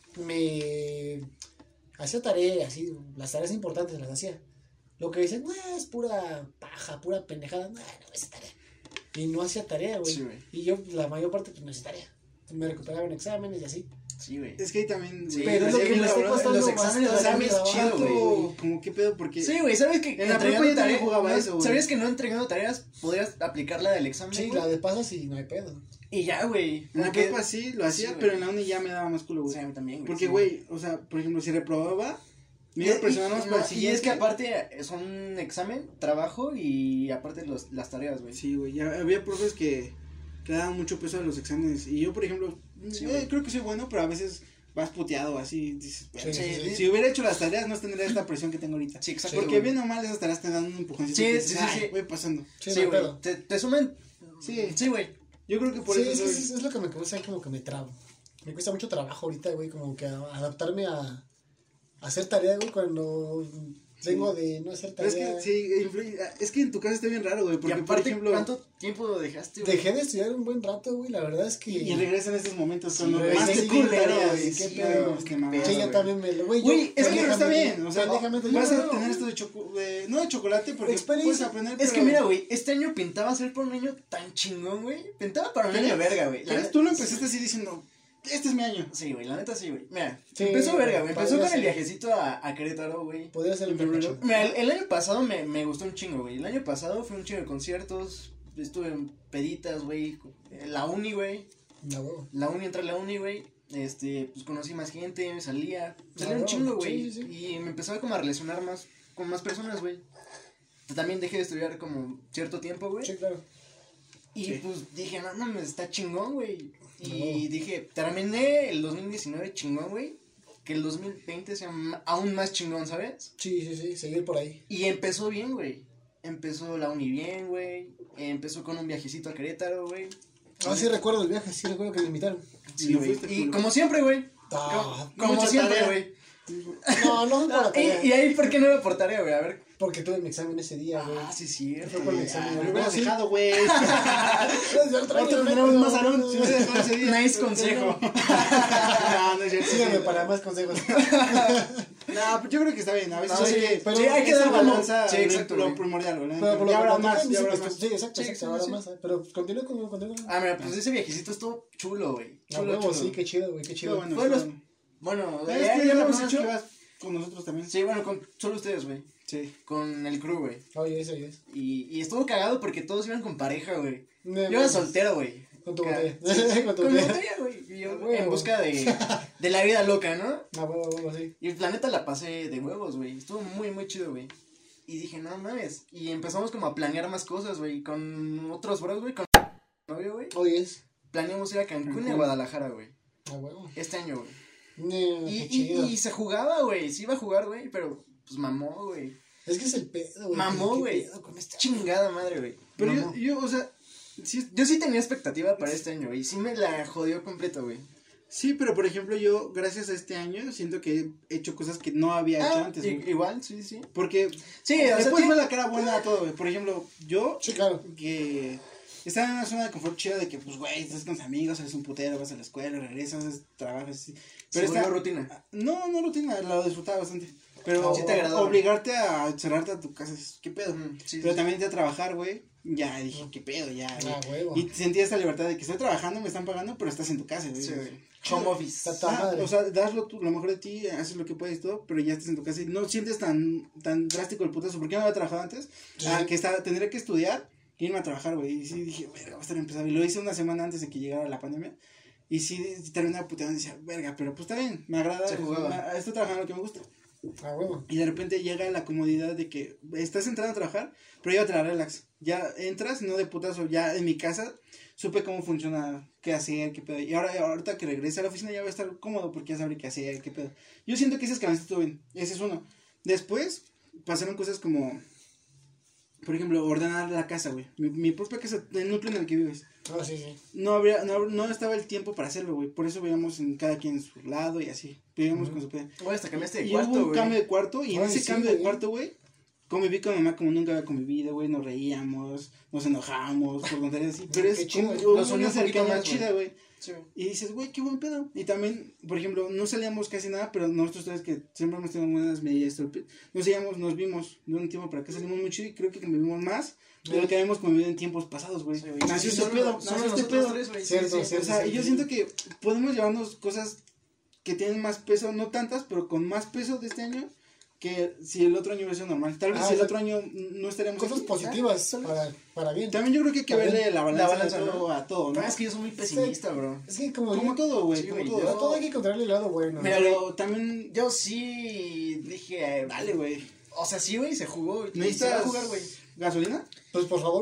me hacía tarea, así, las tareas importantes las hacía. Lo que dicen, no, es pura paja, pura pendejada, no es tarea. Y no hacía tarea, güey. Sí, güey. Y yo, la mayor parte, pues no hacía tarea. Me recuperaba en exámenes y así. Sí, güey. Es que ahí también... Sí, Pero es lo sí, que me está los costando exámenes bastante es trabajo, chido, güey. Como qué pedo, porque... Sí, güey, ¿sabes que En la prepa yo también jugaba no, eso, güey. ¿Sabías que no entregando tareas podrías aplicar la del examen? Sí, güey? la de pasas y no hay pedo. Y ya, güey. En la Porque- prepa sí lo hacía, Sí, güey. pero en la uni ya me daba más culo, güey. Sí, a mí también, güey. Porque, sí. güey, o sea, por ejemplo, si reprobaba, me iba a presionar más para el y siguiente. es que aparte son un examen, trabajo y aparte las tareas, güey. Sí, güey, ya había profes que daban mucho peso a los exámenes. Y yo, por ejemplo, Sí, güey. creo que soy bueno, pero a veces vas puteado así. Dices, Sí, sí. si hubiera hecho las tareas, no tendría esta presión que tengo ahorita. Sí, exacto. Porque güey. bien o mal, esas tareas te dan un empujoncito. Sí, que sí, dices, sí, "Ay, sí. voy pasando". Sí, Sí, no hay güey. pedo. Te suman. Sí. Sí, güey. Yo creo que por Sí, eso soy... es lo que me cuesta, como que me trabo. Me cuesta mucho trabajo ahorita, güey, como que adaptarme a hacer tarea, güey, cuando vengo de no hacer Pero es tarea. que, sí, es que en tu caso está bien raro, güey, Y porque, por aparte, ejemplo... ¿cuánto tiempo lo dejaste, güey? Dejé de estudiar un buen rato, güey, la verdad es que... Y regresan estos momentos cuando regresé más que así, culero, culero, güey. qué Sí, pedo, güey, qué mamada, Sí, yo güey. también me lo... Güey, Es que está bien, o sea, pendejamente, vas yo a tener esto de chocolate, no de chocolate, porque Experiencia. puedes aprender, Es que pero- mira, güey, este año pintaba ser por un año tan chingón, güey. Pintaba para un año verga, güey. La ¿Sabes? neta- Tú lo empezaste así diciendo, este es mi año. Sí, güey, la neta sí, güey. Mira, Sí, empezó verga, güey. Empezó podría con el ser. viajecito a Querétaro, güey. Podría ser el En febrero. febrero. Mira, el año pasado me gustó un chingo, güey. El año pasado fue un chingo de conciertos. Estuve en peditas, güey. La uni, güey. No, huevo. Entré a la uni, güey. Pues conocí más gente, salía un huevo, chingo, güey. sí, sí, sí. Y me empezaba como a relacionar más con más personas, güey. También dejé de estudiar como cierto tiempo, güey. Sí, claro. Y Sí. pues dije, no, me está chingón, güey. Y No. dije, terminé el 2019 chingón, güey. Que el 2020 sea aún más chingón, ¿sabes? Sí, seguir por ahí. Y empezó bien, güey. Empezó la uni bien, güey. Empezó con un viajecito a Querétaro, güey. Sí recuerdo el viaje, sí recuerdo que me invitaron. Sí, ¿No güey. fuiste, Y culo? como siempre, güey. Ah, Como mucha siempre, tarea. güey. No por la tarea. Y ahí, ¿por qué no me por tarea, güey? A ver. Porque tuve mi examen ese día, güey. Sí, cierto. Fue por el güey. examen, Me güey. lo hubieras Sí. dejado, güey. Otro Otro tenemos más Aarón, si hubiera dejado ese día. Nice consejo. No, no es cierto. Síganme para más consejos. No, pues yo creo que está bien. A veces No, hay sí, que. pero sí, hay que esa dar como. balanza, Sí, exacto, lo güey. primordial, güey. Pero por lo Ya que habrá platican, más, ya dicen habrá que más. sí, exacto, Sí, ahora sí. más. Pero continúa. Ah, mira, pues ese viajecito estuvo chulo, güey. A Chulo, huevo, chulo. sí, qué chido, güey, qué Qué chido. bueno. Fue qué los- bueno. Bueno, Es ya que lo la hemos primera vez hecho. que vas con nosotros también. Sí, bueno, con solo ustedes, güey. Sí. Con el crew, güey. Oye, eso es. Y estuvo cagado porque todos iban con pareja, güey. No, Yo era soltero, güey. Con tu Ca- botella. Sí, Con tu con botella. botella, güey. Y yo, huevo. en busca de la vida loca, ¿no? Ah, huevo, sí. Y el planeta la pasé de huevos, güey. Estuvo muy, muy chido, güey. Y dije, no mames. Y empezamos como a planear más cosas, güey. Con otros bros, güey. Con novio, güey. Hoy es. Planeamos ir a Cancún y a Guadalajara, güey. Ah, huevo. Este año, güey. Qué chido. Y se jugaba, güey. Sí iba a jugar, güey. Pero, pues mamó, güey. Es que es el pedo, güey. Mamó, ¿Qué güey. pedo con esta- Chingada madre, güey. Pero Mamó. o sea, sí, Yo sí tenía expectativa para este año, güey. Sí me la jodió completo, güey. sí, pero por ejemplo, yo, gracias a este año, siento que he hecho cosas que no había hecho antes, güey. Igual, sí, sí. Porque Sí, le o sea, puedes ver la cara buena a todo, güey. Por ejemplo, yo, Sí, claro. que estaba en una zona de confort chida de que, pues, güey, estás con tus amigos, eres un putero, vas a la escuela, regresas, trabajas, así. Pero esta esta rutina. No, no rutina, la disfrutaba bastante. Pero Sí te agradaba. obligarte a cerrarte a tu casa, ¿qué pedo? Sí, Pero sí, también a trabajar, güey, ya dije, ¿qué pedo? Ya, Ah, güey. huevo. Y sentía esta libertad de que estoy trabajando, me están pagando, pero estás en tu casa, güey. sí, güey. Chido. Home office. Está toda madre. O sea, das lo mejor de ti, haces lo que puedes y todo, pero ya estás en tu casa y no sientes tan drástico el putazo. ¿Por qué no había trabajado antes? Sí. Que tendré que estudiar e irme a trabajar, güey. Y sí dije, verga, va a estar empezado. Y lo hice una semana antes de que llegara la pandemia. Y sí terminaba puteando y decía, verga, pero pues está bien, me agrada. Se jugaba. Estoy trabajando lo que me gusta. Ah, huevo. Y de repente llega la comodidad de que estás entrando a trabajar, pero ya te la relax. Ya entras, no de putazo, ya en mi casa supe cómo funciona, qué hacer, qué pedo. Y ahorita que regrese a la oficina ya voy a estar cómodo porque ya sabré qué hacer, qué pedo. Yo siento que ese escalón estuvo bien, ese es uno. Después pasaron cosas como, por ejemplo, ordenar la casa, güey. Mi propia casa, el núcleo en el que vives. Ah, sí, sí. No estaba el tiempo para hacerlo, güey. Por eso vivíamos en cada quien en su lado y así. Vivíamos con su pedo. Güey, hasta cambiaste de Y cuarto, hubo un güey. cambio de cuarto y en Ay, ese sí, cambio de güey. cuarto, güey, conviví con mi mamá como nunca había convivido, güey, nos reíamos, nos enojábamos por tonterías así, pero Qué es chido, como güey. hubo Los unió una un poquito cercanía más, güey. chida, güey, Sí, güey. y dices, güey, qué buen pedo, y también, por ejemplo, no salíamos casi nada, pero nosotros tres que siempre hemos tenido buenas medidas, nos vimos de un tiempo para acá, salimos mucho y creo que convivimos más de lo que habíamos convivido en tiempos pasados, güey, Sí, güey. nació Sí, este pedo, solo nació este nosotros pedo, tres, güey. Sí, Cierto, sí, cierto. o sea, y yo siento que podemos llevarnos cosas que tienen más peso, no tantas, pero con más peso de este año que si el otro año hubiera sido normal. Tal vez Ah, si el sí. otro año no estaríamos Cosas aquí. positivas para bien. También yo creo que hay que También verle la balanza, ¿no? a todo, ¿no? Pero es que yo soy muy pesimista, bro. Es que como Como todo, güey, Sí, como güey, todo. a todo hay que encontrarle el lado bueno. Mira, Pero también, Yo sí dije, dale, güey. o sea, sí, güey, se jugó. Y se va ¿Necesitas a jugar, güey. gasolina? Pues por favor.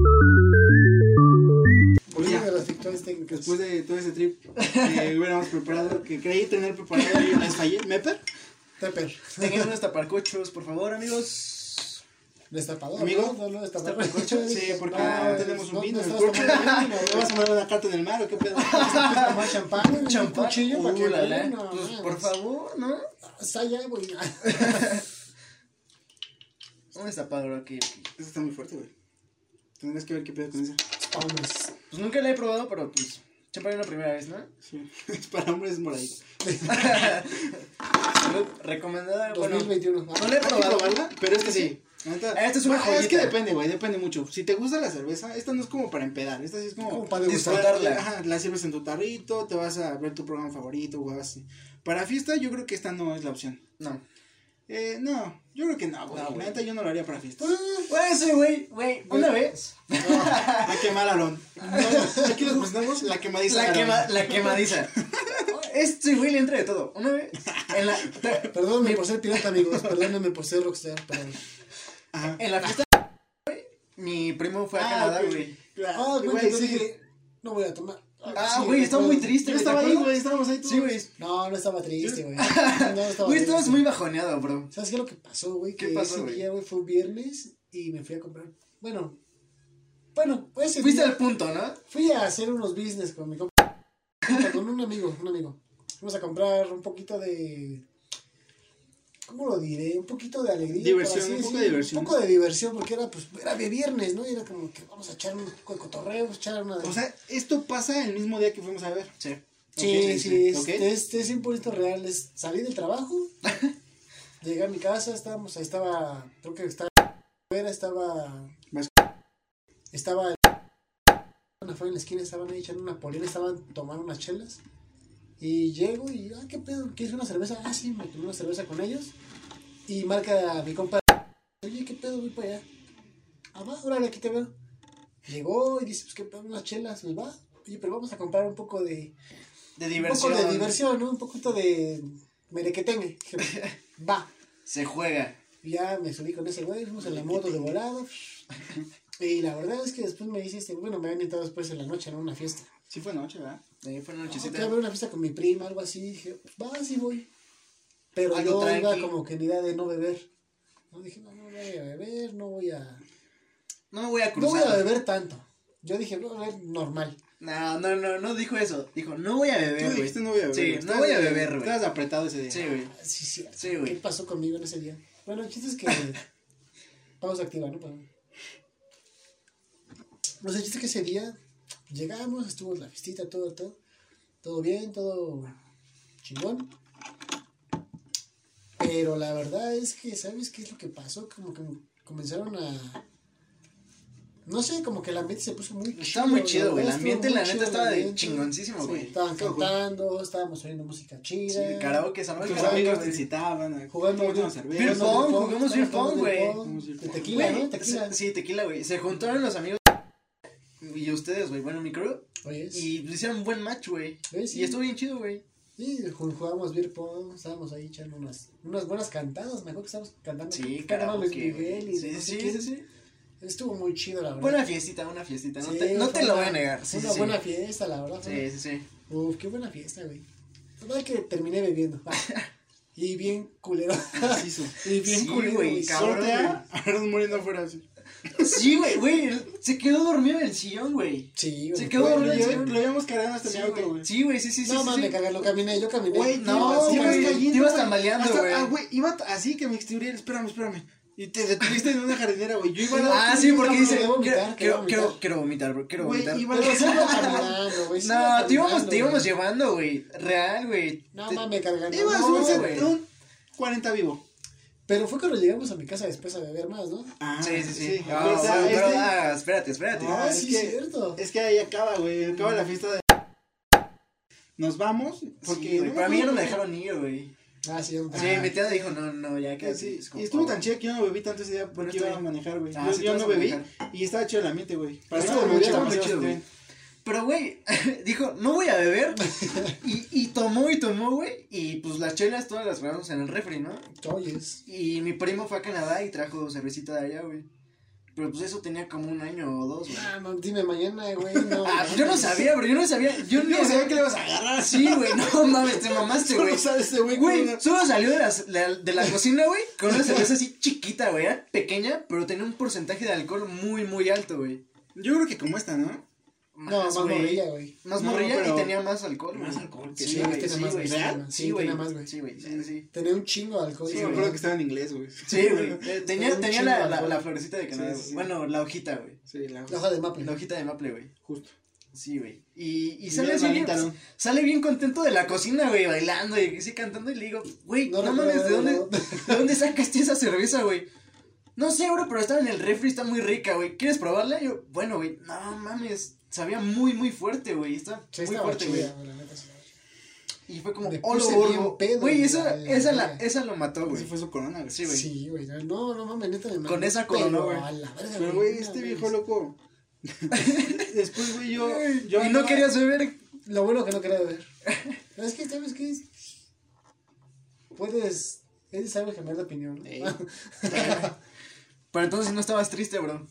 Pues ya. De las victorias técnicas. Después de todo ese trip que hubiéramos preparado, que creí tener preparado y les fallé. ¿Meper? Pepper. Tengan unos taparcochos, por favor, amigos. Destapador. Amigo, No, destapador. ¿Destapacocho? Sí, porque no tenemos un vino en el estás cuerpo. tomando vino, ¿Me vas a mandar una carta en el mar o qué pedo? tomar champán, güey, un Champán. cuchillo para que La, la. no, Pues, mames. por favor, ¿no? Saya, güey. Un destapador, ok. Eso está muy fuerte, güey. Tendrás que ver qué pedo con eso. Hombres. Pues nunca la he probado, pero pues, champán es la primera vez, ¿no? Sí. Es para hombres moradito. Recomendada, bueno. 2021. No la he Hay que probado. probarla, pero es que sí. La neta- Esta es una Bueno, es que joyita. depende, güey, depende mucho. Si te gusta la cerveza, esta no es como para empedar, esta sí es como, Como para disfrutarla. Ajá, la sirves en tu tarrito, te vas a ver tu programa favorito o algo así. Para fiesta, yo creo que esta no es la opción. No. No, yo creo que no, güey. No, La güey. neta, yo no lo haría para fiesta. Güey, sí, güey. Una vez. La quemalón. Aquí los presentamos la quemadiza. La quemadiza. Este güey le entra de todo. Una vez. Perdónenme por ser pirata, amigos. Perdónenme por ser rockstar. Perdón. Ajá. En la fiesta, güey, mi primo fue a Canadá, ok. güey. Ah, güey, Güey, yo sí. dije, no voy a tomar. Ah, Sí, güey, estaba muy recuerdo. triste. Yo estaba ahí, güey, estábamos ahí todos. Sí, güey. No, no estaba triste, güey. No estaba Güey, estabas triste. muy bajoneado, bro. ¿Sabes qué es lo que pasó, güey? ¿Qué Que pasó, ese güey? día, güey, fue un viernes y me fui a comprar. Bueno, pues ese Fuiste día al punto, ¿no? fui a hacer unos business con mi compa. Con un amigo. Fuimos a comprar un poquito de. ¿Cómo lo diré? Un poquito de alegría. Diversión, por así un poco decirlo. de diversión. Un poco de diversión, porque era de viernes, ¿no? Y era como que vamos a echar un poco de cotorreo, echar una de. O sea, esto pasa el mismo día que fuimos a ver. Sí. Sí, Ok. es 100% real. Es salir del trabajo, llegué a mi casa, creo que estaba Más- fue en la esquina, estaban ahí echando una polina, estaban tomando unas chelas. Y llego y, ¿qué pedo? ¿Quieres una cerveza? Ah, sí, me tomé una cerveza con ellos. Y marca a mi compa, oye, ¿qué pedo? Voy para allá. Ah, va, órale, aquí te veo. Llegó y dice, pues, ¿qué pedo? Unas chelas, nos va. Oye, pero vamos a comprar un poco de De Un diversión. poco de diversión, ¿no? Un poquito de merequetengue. Dije, va. Se juega. Y ya me subí con ese güey, fuimos en la moto de volada. Y la verdad es que después me dice bueno, me habían invitado después en la noche, ¿no? Una fiesta. Sí fue noche, ¿verdad? Ahí fue una No, nochecita. que haber una fiesta con mi prima, algo así. Dije, va, sí voy. Pero Algo yo iba tranqui. como que en idea de no beber. No, dije, no voy a beber, no voy a No voy a No cruzar. voy a beber tanto. Yo dije, voy a beber normal. No dijo eso. Dijo, no voy a beber, Tú güey. dijiste no voy a beber. Sí, güey. no voy a beber, güey. Estabas apretado ese día. Sí, güey. Sí, sí. Sí, güey. ¿Qué pasó conmigo en ese día? Bueno, el chiste es que... Pausa activa, ¿no? No sé, el chiste es que ese día llegamos, estuvo la fiestita, todo bien, todo chingón. Pero la verdad es que, ¿sabes qué es lo que pasó? Como que comenzaron a... No sé, como que el ambiente se puso muy chido. Estaba muy chido, güey. El Estuvo ambiente, muy la neta, chido el estaba de ambiente. chingoncísimo, güey. Estaban cantando, estábamos oyendo música chida. Sí, karaoke, esa madre. Tus Karaoke, amigos güey. te incitaban. Jugando una cerveza. Beer pong, jugamos beer jugando pong, güey. pong, de tequila, Güey, ¿no? Tequila. Sí, tequila, güey. Se juntaron los amigos y ustedes, güey. Bueno, mi crew. Oye, Y hicieron un buen match, güey. Sí. Y estuvo bien chido, güey. sí, jugábamos beer pong, estábamos ahí echando unas buenas cantadas, me acuerdo que estábamos cantando. Sí, Cantando Luis karaoke, Miguel güey. y Sí, no sé sí, qué. sí, sí. Estuvo muy chido, la verdad. Buena fiestita, una fiestita. No Sí, te fue lo voy una- a negar. Sí, Una sí, buena fiesta, la verdad. Sí, sí, sí. Uf, qué buena fiesta, güey. La verdad es que terminé bebiendo. Y bien culero. Hizo. Y bien Sí, culero, güey, güey. cabrón. Sortea, Aaron muriendo afuera así. Sí, güey. Se quedó dormido en el sillón, güey. Sí, güey. Se quedó Güey, dormido en el Lo sillón. habíamos cargado hasta mi Sí, auto, güey. Sí, güey, sí. No mames, cagar, yo caminé. Güey, No, te ibas güey, cayendo, te ibas güey. tambaleando, Hasta- güey. güey, iba así que me extinguiera, espérame. Y te detuviste en una jardinera, güey. Yo iba Ah, sí, porque No, dice, quería vomitar, quiero vomitar, bro, quiero Güey, vomitar. iba Pero sí iba caminando, güey. sí iba No, te caminando, íbamos güey. llevando, güey. Real, güey. No mames, cargando. Iba a No, subirse güey. un 40 vivo. Pero fue cuando llegamos a mi casa después a beber más, ¿no? Ah, Sí. Ah, Ah, o sea, pero, espérate. Ah, es sí, que- cierto. Es que ahí acaba, güey. Acaba la fiesta de. Nos vamos. Porque. Sí, güey, pero a mí ya no me acuerdo. dejaron ir, güey. Ah, sí, Sí, mi tía dijo, no, ya que Sí, es como, y estuvo oh, tan chido que yo no bebí tanto ese día porque Bueno, iba está a bien. manejar, güey. Ah, Yo, sí, yo tú no vas a bebí manejar. y estaba chido el ambiente, güey. Para Estuvo nada, muy bebí, chido, estaba muy demasiado chido, bien. Pero, güey, dijo, no voy a beber. y tomó, güey. Y pues las chelas todas las guardamos en el refri, ¿no? Oyes. Y mi primo fue a Canadá y trajo cervecita de allá, güey. Pero pues eso tenía como 1 año o 2, güey. Ah, no, dime mañana, güey. No, Yo no sabía, bro, yo no sabía. Yo Yo no sabía que le ibas a agarrar. Sí, güey, no mames, te mamaste, güey. Solo sale ese güey. Güey, con una- solo salió de la cocina, güey, con una cerveza así chiquita, güey, era pequeña, pero tenía un porcentaje de alcohol muy, muy alto, güey. Yo creo que como esta, ¿no? No, más güey. morrilla, güey. Más No, morrilla pero- y tenía más alcohol, güey. Más alcohol que Sí, sí, güey, güey. tiene más, güey. ¿Real? Sí, güey. tiene más, güey. Sí, güey, sí. Tenía un chingo de alcohol. Sí, ese me güey. acuerdo que estaba en inglés, güey. Sí, güey. un Tenía chingo la, de la, alcohol. la florecita de Canadá, Sí, güey. sí, sí. Bueno, la hojita, güey. Sí, La hoja de maple. La hojita de maple, güey. justo. Sí, güey. Y Y sale luego así la bien, avientaron. sale bien contento de la cocina, güey, bailando y así cantando y le digo, güey, no, recuerdo, mames, no. ¿de dónde sacaste esa cerveza, güey? No sé, bro, pero estaba en el refri, está muy rica, güey. ¿Quieres probarla? Y yo, bueno, güey, no mames, sabía muy, muy fuerte, güey. Está Sí, muy estaba fuerte, güey. chida, güey, la neta, sí. Y fue como, Me oh, lo puse borbo. bien pedo, Güey, güey, esa lo mató, Ese güey. fue su corona, güey. Sí, güey. Sí, güey. No, mames, neta. me Con esa pero coronó, güey. a la verga, Pero, güey, no este mames. viejo loco. Después, güey, yo Y no andaba- querías beber. Lo bueno que no quería beber. Es que, ¿sabes qué? Puedes. Es algo cambiar de opinión. ¿no? Ey. Pero entonces no estabas triste, bro.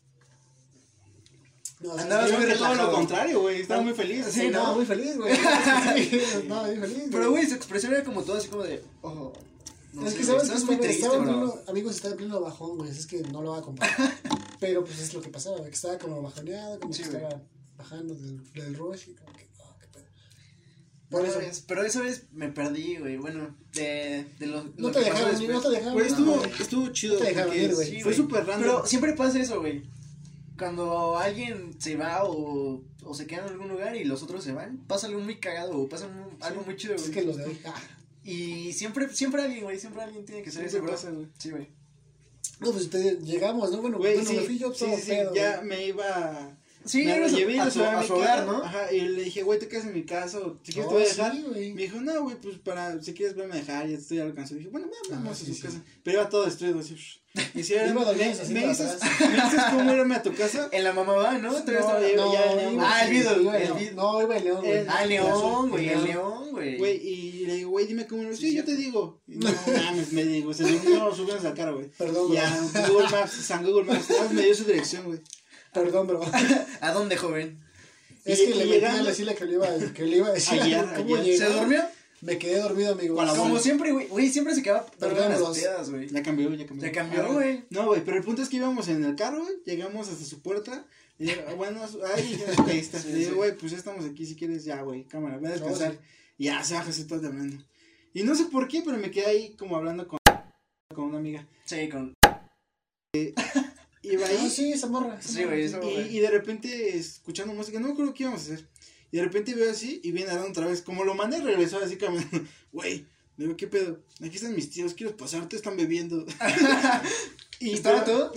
No, Andabas Yo muy creo que todo relajado. lo contrario, güey. Estaba muy feliz. Sí, Sí, ¿no? no, muy feliz, güey. Sí, no, muy feliz. Pero, güey, su expresión era como todo así como de, oh. No es sé, que güey, sabes que estás muy triste, estaba en bro. pleno, amigos, estaba en pleno bajón, güey. Es que no lo va a comprar. Pero pues es lo que pasaba, güey. Que estaba como bajoneado, como Sí, que güey. estaba bajando del rush y como que, oh, qué pedo. Por Por eso eso. pero esa vez me perdí, güey. Bueno, de lo No lo te que pasó dejaron, ni no después. te dejaron. Güey, no, estuvo chido. No te dejaron porque ir, güey. Sí, Fue güey. súper random. Pero siempre pasa eso, güey. Cuando alguien se va o se queda en algún lugar y los otros se van, pasa algo muy cagado o pasa algo muy chido, Es güey. que los de hoy. Y siempre alguien, güey, siempre alguien tiene que ser Siempre ese, bro. pasa, güey. Sí, güey. No, pues llegamos, ¿no? Bueno, Güey, bueno, sí, me fui yo sí, todo sí, pedo, ya güey. me iba Sí, me lo llevé y a lo su subí a mi hogar, casa. ¿no? Ajá, y le dije, güey, te quedas en mi casa o si quieres te voy a dejar. Me dijo, no, güey, pues si quieres verme a dejar, ya estoy alcanzado. Dije, bueno, vamos a su casa. Pero iba todo destruido, así. Y si era, me dices cómo irme a tu casa. En la mamá va, ¿no? No, el León, güey. Güey, y le digo, güey, dime cómo. Sí, yo te digo. No mames, me digo, se durmió, subimos al carro, güey. Perdón, ya, Google Maps, San Google Maps, me dio su dirección, güey. Perdón, bro. ¿A dónde, joven? Es que le metí a decirle que le iba a decir. ¿Se durmió? Me quedé dormido, amigo. Como siempre, güey, siempre se quedaba dormido en las pedas, güey. Ya cambió, güey. No, güey, pero el punto es que íbamos en el carro, güey, llegamos hasta su puerta. Y bueno, ahí está. Le digo, güey, pues ya estamos aquí, si quieres, ya, güey, cámara, voy a descansar. Y ya se baja así todo temblando. Y no sé por qué, pero me quedé ahí como hablando con una amiga. Sí, Iba ahí. Sí, esa morra. Sí, güey, esa morra. Y de repente, escuchando música, no me acuerdo qué íbamos a hacer. Y de repente veo así, y viene Adán otra vez. Como lo mandé, regresó así caminando. Güey, digo, ¿qué pedo? Aquí están mis tíos, quiero pasarte, están bebiendo. ¿Y estaba todo?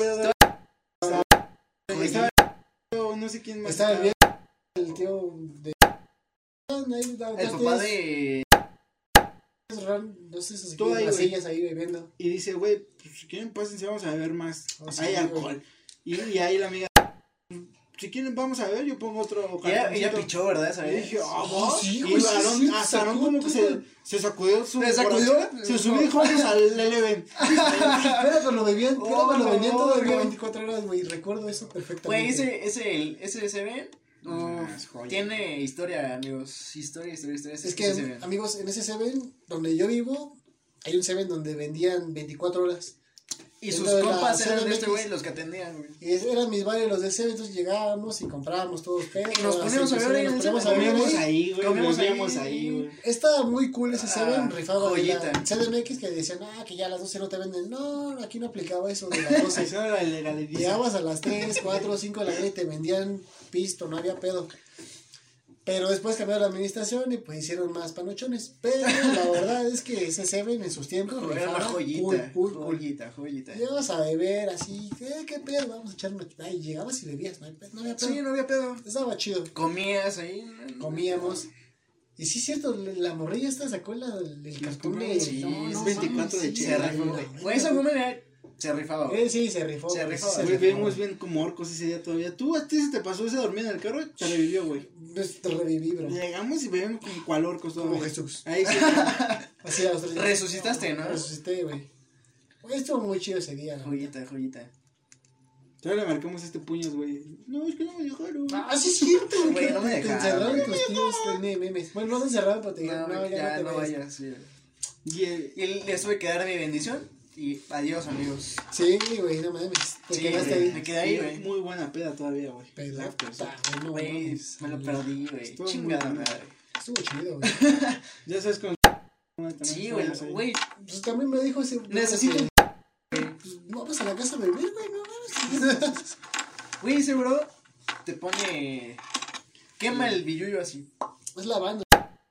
Estaba no sé quién más. Estaba el tío de... El papá de... No sé, esas sillas ahí bebiendo. Y dice, güey, pues si quieren pásense, vamos a beber más. Hay alcohol. Y ahí la amiga, si quieren vamos a ver, yo pongo otro. Ella pichó, ¿verdad? Y dije, sí, y hasta Aarón como que se sacudió su... ¿Se sacudió? Se subió y dijo, vamos al Eleven. Pero cuando bebían todavía 24 horas, güey, recuerdo eso perfectamente. Güey, ese Seven... tiene historia, amigos. Historia. Es que, amigos, en ese Seven donde yo vivo, hay un Seven donde vendían 24 horas. Y sus compas eran de este güey los que atendían, güey. Y eran mis varios los de Seven, entonces llegábamos y comprábamos todos pedos. Y nos poníamos a ver ahí, güey. Comíamos ahí, güey. Estaba muy cool ese Seven, rifaba joyita. CDMX que decían, que ya a las 12 no te venden. No, aquí no aplicaba eso de las 12. Eso era ilegal. Llegabas a las 3, 4, 5 de la mañana y te vendían pisto, no había pedo. Pero después cambió la administración y pues hicieron más panochones. Pero la verdad es que ese Seven en sus tiempos era una joyita. Joyita. Llegabas a beber así, ¿qué pedo? Vamos a echar una... Ay, llegabas y bebías, no había pedo. Sí, no había pedo. Estaba chido. Comías ahí. Comíamos. Y sí es cierto, la morrilla esta sacó el cartón de... Sí, es 24 de chela. Güey, esa woman se rifaba, güey. Sí, se rifó. Güey, vimos bien como orcos ese día todavía. ¿A ti se te pasó ese dormir en el carro? Te revivió, güey. Te reviví, bro. Llegamos y bebimos como cual orcos todavía. Como Jesús. Ahí sí. Así a los 3 días. Resucitaste, ¿no? Resucité, güey. Estuvo muy chido ese día. Joyita. Todavía le marcamos puños, güey. No, es que no me dejaron. Sí es cierto, güey. No me dejaron. Te encerraron tus tíos, memes. Bueno, no te encerraron, pero te dijeron, ya no vayas. Sí. Y les tuve que dar mi bendición. Y adiós, amigos. Sí, güey, no mames. Te quedaste ahí. Me quedé ahí, güey. Muy buena peda todavía, güey. Güey, me lo perdí, güey. Chingada madre. Estuvo chido, güey. Ya sabes con... Sí, güey. Pues también me dijo ese... Necesito... Vamos a la casa a beber, güey, no mames. Güey, ese bro te pone... Quema el billullo así. Es la banda.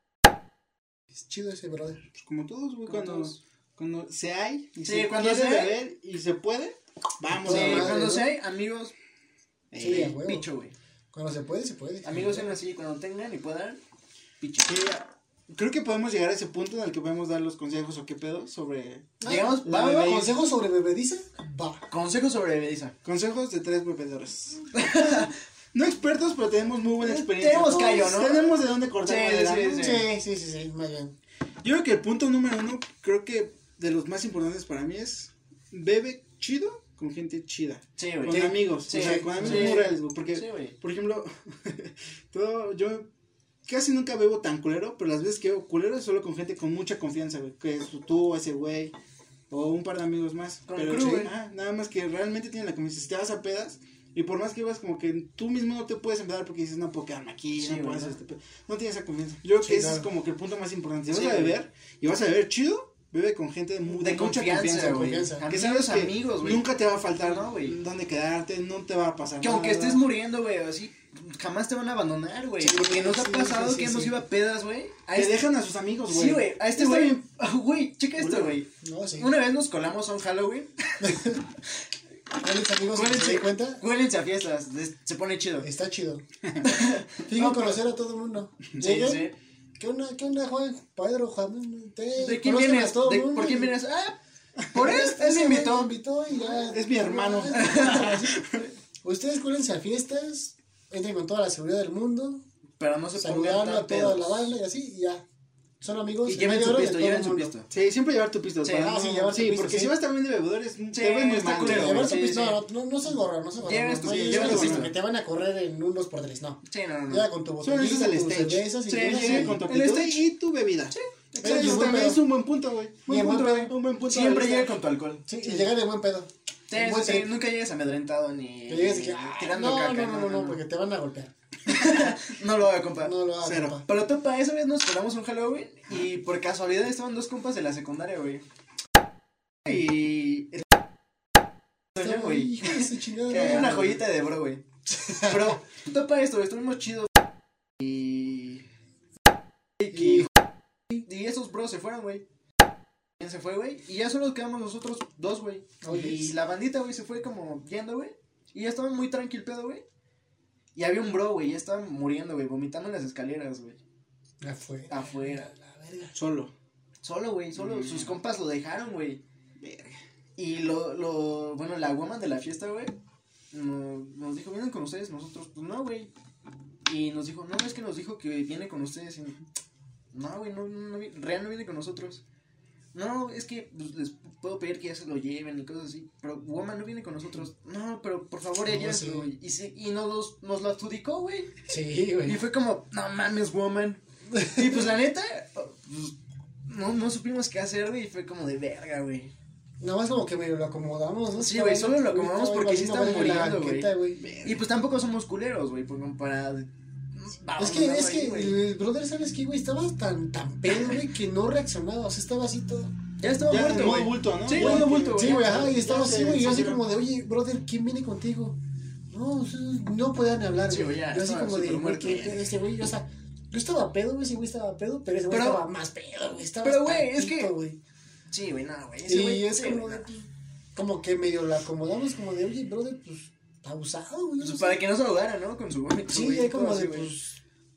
Es chido ese brother. Pues como todos, güey, cuando se hay y sí, se cuando quiere se beber y se puede, vamos. Sí, a beber, cuando ¿no? se hay, amigos, sí, a huevo. picho, güey. Cuando se puede, se puede. Amigos sean así, cuando tengan y puedan, picho. Sí, creo que podemos llegar a ese punto en el que podemos dar los consejos o qué pedo sobre... Digamos, ¿consejos sobre bebediza? Va. Consejos sobre bebediza. Consejos de 3 bebedores. No expertos, pero tenemos muy buena experiencia. Tenemos callo, ¿no? Tenemos de dónde cortar. Sí, más bien. Yo creo que el punto número 1, creo que de los más importantes para mí es bebe chido con gente chida. Sí, güey. Con amigos. Sí, o sea, con amigos muy reales, güey. Porque, sí, por ejemplo, yo casi nunca bebo tan culero, pero las veces que bebo culero es solo con gente con mucha confianza, güey. Que es tú, ese güey, o un par de amigos más. Con pero el crew, güey. Nada más que realmente tienen la confianza. Si te vas a pedas, y por más que vas como que tú mismo no te puedes empedar porque dices, no puedo quedarme aquí, sí, no puedo hacer ¿verdad? este pedo. No tienes esa confianza. Yo creo que ese es como que el punto más importante. Si vas a beber, y vas a beber chido, bebe con gente de mucha confianza, güey. Que sabes que amigos, güey. nunca te va a faltar, ¿no, güey? dónde quedarte, no te va a pasar que nada. aunque estés muriendo, güey, así, jamás te van a abandonar, güey. Sí, porque nos ha sí, pasado sí, que sí, hemos sí. ido a pedas, güey. Te dejan a sus amigos, güey. Sí, güey, a este Está güey. bien. Güey, checa esto, güey. No, sí. Una vez nos colamos a un Halloween. ¿Cuáles amigos que se den cuenta? Cuélense a fiestas, se pone chido. Está chido. Fijo conocer a todo el mundo. Sí, Llegan, sí. ¿Qué onda, Juan? Pedro, Juan. ¿De quién vienes? ¿Por quién vienes? Ah, por él me invitó. Y ya. Es mi hermano. Ustedes cuélense a fiestas, entren con toda la seguridad del mundo, Pero no se pongan saludando tan a toda pedos. la banda y así, y ya. Son amigos. Y en lleven media su hora de pisto, todo lleven el su mundo. pisto. Sí, siempre llevar tu pisto. Sí, sí, llevar tu sí, pisto, porque sí. si vas también de bebedores, Sí, te ves muy está mal. culero, Llevar sí, tu pisto, sí. no seas gorra, no seas gorra. Lleves No, tu- no, lleves tu pisto. que te van a correr en un 2x3, no. Sí, no. Llega con tu Solo botellita, necesitas el tus stage. cervezas y Sí, tú llega sí. Con tu El actitud stage. y tu bebida. Sí, Eso buen también pedo. es un buen punto, güey. Bien, buen pedo. Un buen punto. Siempre de llega vista. con tu alcohol. Sí, y llega de buen pedo. Sí, Buen sí, trip. nunca llegues amedrentado ni Que llegues y que, tirando no, caca. no, porque te van a golpear. No lo haga, compa. No lo hagas, Cero. compa. Pero topa, esa vez nos esperamos un Halloween y por casualidad estaban dos compas de la secundaria, güey. Y... güey. Hijo de su chingada Que era madre. una joyita de bro, güey. Pero topa esto, estuvimos chidos. Y... Y esos bros se fueron, güey. Se fue, güey. Y ya solo quedamos nosotros dos, güey. Oye. Y la bandita, güey, se fue como yendo, güey. Y ya estaba muy tranquil pedo, güey. Y había un bro, güey, ya estaba muriendo, güey, vomitando en las escaleras, güey. Afuera. La verga. Solo. Solo, güey, solo. Sus compas lo dejaron, güey. Verga. Y bueno, la woman de la fiesta, güey, nos dijo, ¿vienen con ustedes? Nosotros, pues no, güey. Y nos dijo, no, es que nos dijo que viene con ustedes. Y, no, güey, Real no viene con nosotros. No, es que pues, les puedo pedir que ya se lo lleven y cosas así. Pero woman no viene con nosotros. No, pero por favor, No, ella, sí. güey. Y nos lo adjudicó, güey. Sí, Y güey. fue como, no mames, woman. Y pues la neta, pues, no supimos qué hacer, güey. Y fue como de verga, güey. Nada más como que medio lo acomodamos, ¿no? Sí, güey, solo lo acomodamos porque sí estaba valiendo verga la muriendo, güey. banqueta, Y pues tampoco somos culeros, güey, como para... Es que el brother, ¿sabes qué, güey? Estaba tan pedo, güey, que no reaccionaba. O sea, estaba así todo. Ya estaba Ya muerto, en modo güey. bulto, ¿no? Sí, Ya modo que- bulto, güey. Sí, güey, ajá, y estaba Ya así, se- güey. Yo se así tiró. como de, oye, brother, ¿quién viene contigo? No, no podía ni hablar, Sí, güey. güey, ya Yo así estaba como de, súper güey, muerto, ¿qué ya. este güey? O sea, yo estaba pedo, güey, ese güey estaba pedo, pero ese güey Pero- estaba más pedo, güey. Estaba pero, güey, hasta es que- pito, güey. Sí, güey, no, güey. Ese Y güey, es sí, como güey, de, no. pues, como que medio la acomodamos, como de, oye, brother, pues, abusado, güey. Pues no sé. para que no se ahogara, ¿no? Con su vómito, Sí, güey, hay como todo de, así, güey. pues.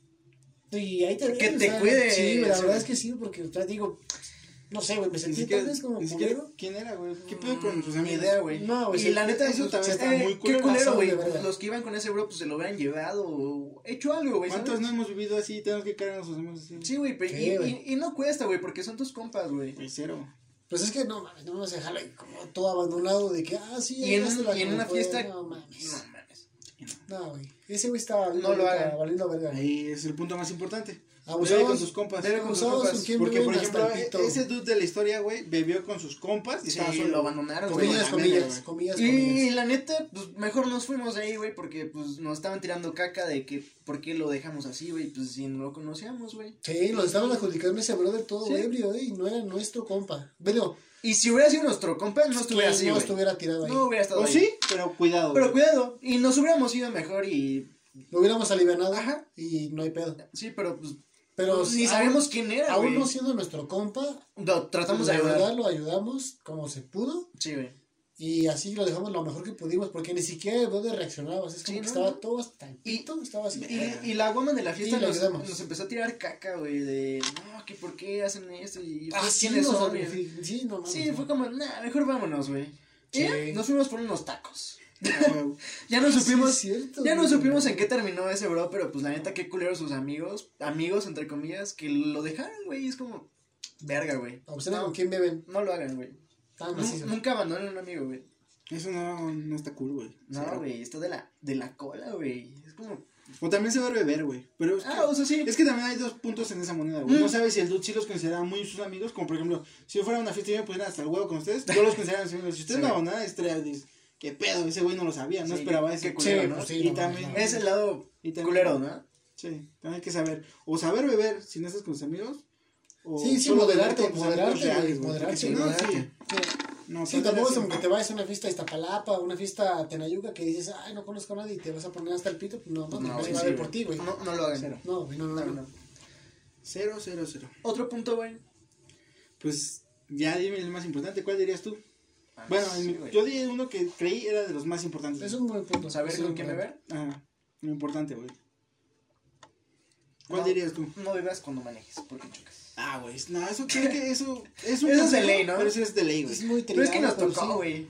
Y ahí te Que ves, te cuide Sí, güey, la ese, verdad güey. es que sí, porque, o sea, digo, no sé, güey, me Ni sentí siquiera, tal vez como ni siquiera culero. quién era, güey. ¿Qué pedo con sus Ni amigos? idea, güey. No, güey, Y sí, la neta, eso pues, también está muy qué culero. culero, Pasado güey. de verga. Los que iban con ese bro, pues se lo hubieran llevado o hecho algo, güey. ¿Cuántos ¿sabes? no hemos vivido así? Tenemos que caer a nuestros amigos así. Sí, güey, pero Sí, güey. y no cuesta, güey, porque son tus compas, güey. Pues cero. Pues es que no mames, no vamos a dejarlo ahí como todo abandonado de que, sí, Y en, hágasela y en como una fue. fiesta. No mames. No mames. No, güey. Ese güey estaba No lo hagan. valiendo verga. Ahí es el punto más importante. Abusados, Bebe con sus compas. Bebe con sus abusados, compas. ¿con quién Porque, beben por hasta ejemplo, el pito? ese dude de la historia, güey, bebió con sus compas y Sí, estaba solo. lo abandonaron, güey. Comillas, la verga, comillas, güey. comillas, Y comillas. la neta, pues mejor nos fuimos de ahí, güey, porque pues nos estaban tirando caca de que por qué lo dejamos así, güey, pues si no lo conocíamos, güey. Sí, nos estaban adjudicando ese brother todo Sí. ebrio, y no era nuestro compa. Bueno, Y si hubiera sido nuestro compa, no estuviera que así, no güey. estuviera tirado ahí. No hubiera estado O ahí. sí, pero cuidado. Pero güey. cuidado, y nos hubiéramos ido mejor y... Lo hubiéramos alivianado Ajá. y no hay pedo. Sí, pero pues... Pero ni sabíamos quién era, aún güey. no siendo nuestro compa, Tratamos de la ayudar. verdad lo ayudamos como se pudo. Sí, güey. Y así lo dejamos lo mejor que pudimos, porque ni siquiera el brother reaccionaba. O sea, es como Sí, que no, estaba no. todo hasta el pito, estaba así. Y la woman de la fiesta Y le nos ayudamos. empezó a tirar caca, güey, de... No, que por qué hacen esto y... Ah, pues, sí, ¿quiénes nos son? sí, no mames. Sí, no. fue como, nah, mejor vámonos, güey. Sí. Y nos fuimos por unos tacos. Ah, güey. Ya no Sí, supimos, es cierto, ya no güey. supimos en qué terminó ese bro, pero pues la neta, qué culero sus amigos, entre comillas, que lo dejaron, güey, es como, verga, güey. Observen No, con quién beben. no lo hagan, güey. Tan macizo. Nunca abandonen a un amigo, güey. Eso no está cool, güey. No, Cero. güey, esto de la cola, güey. Es como, O también se va a beber, güey. Pero es que, o sea, sí. es que también hay dos puntos en esa moneda, güey. No sabes si el dude sí los consideraba muy sus amigos. Como por ejemplo, si yo fuera a una fiesta y me pusieran hasta el huevo con ustedes, yo los consideraba mis amigos. Si ustedes Sí, me güey. abandonan, estaría, dices, qué pedo, ese güey no lo sabía, no Sí, esperaba qué ese culero, Sí, ¿no? pues sí, Y no también- mames, no. Es el lado Y también- culero, ¿no? Sí, también hay que saber. O saber beber si no estás con tus amigos. O Sí, sí, solo beber moderarte, con tus amigos moderarte, reales, güey, porque si moderarte, no, sí. moderarte. No, Sí, tratar tampoco es de como que hacer- te vayas a una fiesta a Iztapalapa, una fiesta a Tenayuca que dices, ay, no conozco a nadie y te vas a poner hasta el pito, pues no, No, nadie güey, va a sí, ver güey. por ti, güey. No lo hagan. Cero. No, güey, no. 0, 0, 0. Otro punto, güey. Pues ya dime el más importante, ¿cuál dirías tú? Bueno, sí, güey. yo di uno que creí era de los más importantes. Es un buen punto. ¿Saber Es con un quién buen- beber? Ajá, lo importante, güey. ¿Cuál No, dirías tú? No bebas cuando manejes, porque chocas. Ah, güey, no, eso creo que eso es Eso un es de consejo, ley, ¿no? Pero eso es de ley, güey. Es muy Pero es que nos trillado, tocó, güey.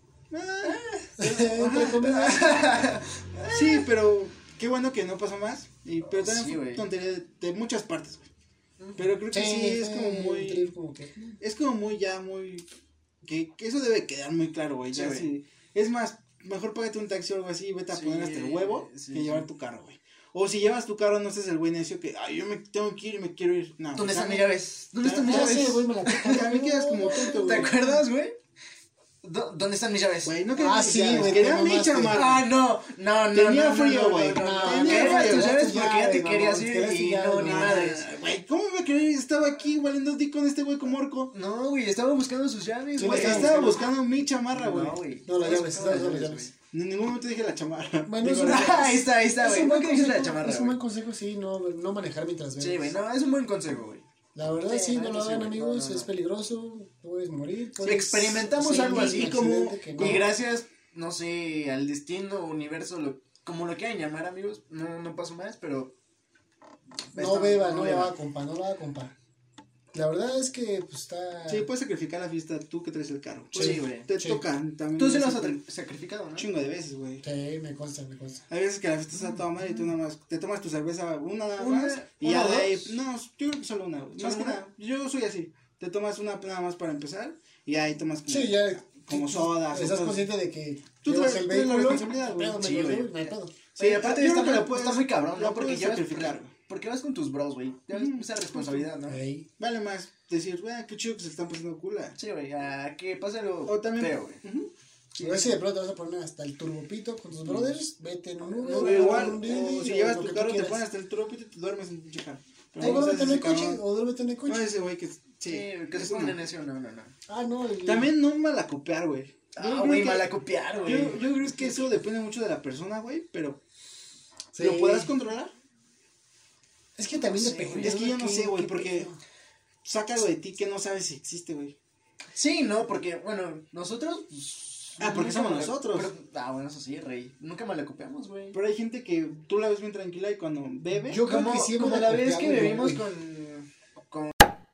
Entre comillas. Sí, pero qué bueno que no pasó más. Pero también Sí, fue güey. tontería de muchas partes, güey. Pero creo que sí, es como fue muy... un trip como que- Es como muy ya, muy... Que eso debe quedar muy claro, güey. Sí, Ya güey. sí. Es más, mejor págate un taxi o algo así y vete a Sí, poner hasta el huevo sí, que llevar sí. tu carro, güey. O si llevas tu carro, no seas el güey necio que, ay, yo me tengo que ir y me quiero ir. No, ¿Dónde están mis también- llaves? ¿Dónde están mis Ya sé, llaves? güey, me la A mí quedas como tonto, ¿Te güey. acuerdas, güey? ¿Dónde están mis llaves? Güey, no quería Ah, mis sí, llaves, güey, quería te mi mamaste. chamarra. Ah, no. Tenía frío, güey. No, Querías tus llaves tus porque ya te llaves, querías mamón, ir querías y tus no, llaves, ni mamón. madres. Güey, ¿cómo me quería? Estaba aquí valiendo di con este güey como orco. No, güey, estaba buscando sus llaves, Sí, güey. Estaba buscando mi chamarra, güey. No, güey. No, las llaves, Estabas buscando las llaves. En ningún momento dije la chamarra. Bueno, Digo, es un- la- Ahí está, Es güey. un ¿Por buen qué dices la consejo, chamarra, es un buen güey? consejo, sí, no manejar mientras ves. Sí, güey, no, es un buen consejo, güey. La verdad, Sí, sí, la no lo neta sí, hagan, güey, amigos, no. es peligroso, puedes morir. Sí, experimentamos sí, algo así, un como- accidente que no- Y gracias, no sé, al destino, universo, como lo quieran llamar, amigos, no pasó más, pero... No beba, no lo beba. haga, compa, no lo haga, compa. La verdad es que, pues, está... Sí, puedes sacrificar la fiesta tú que traes el carro. Sí, güey. Te Sí. toca también. Tú sí lo has un sacrificado, ¿no? chingo de veces, güey. Sí, me consta, me consta. Hay veces que la fiesta está toda mal y tú nada más te tomas tu cerveza una nada Una, más y una ya o de ahí, dos. no, yo creo que solo una, güey. ¿Solo Más que una? nada, yo soy así. Te tomas una nada más para empezar y ahí tomas como, Sí, ya... como sodas. Estás o consciente de que Tú llevas traes el la vehículo, responsabilidad, güey. pedo, me Sí, lo güey. llevo y no hay pedo. Sí, aparte yo está, creo que muy, la puedes- está muy cabrón, la ¿no? Porque puedes llevas, sacrificar, güey. porque vas con tus bros, güey. Ya ves esa responsabilidad, ¿no? Ey. Vale más decir, güey, qué chido que se están pasando cula. Sí, güey, a que pase algo O también, feo, güey. Ujú. A ver si de pronto te vas a poner hasta el turbopito con tus brothers, vete en un Uber, O o igual, en un Didi, o si o llevas lo tu que carro, tú te quieras. pones hasta el trópito y te duermes en un carro. Pero O no duérmete seas en el ese coche, cabrón. o duérmete en el No, coche. ese güey que, Sí, sí, que se eso pone no. necio, no. Ah, no. También no malacopiar, güey. Yo Ah, creo güey, que- malacopiar, güey. Yo creo que eso depende mucho de la persona, güey, pero Sí. ¿lo podrás controlar? Es que también Sí, depende. güey. Es que yo no ¿Qué- sé, güey, qué porque pedo? saca algo de ti que no sabes si existe, güey. Sí, no, porque, bueno, nosotros... Pues, Ah, porque nunca somos mala- nosotros. bueno, eso sí, rey. Nunca malacopiamos, güey. Pero hay gente que tú la ves bien tranquila y cuando bebe... Yo creo Como, que sí como hemos la vez que malacopiado, bebimos güey.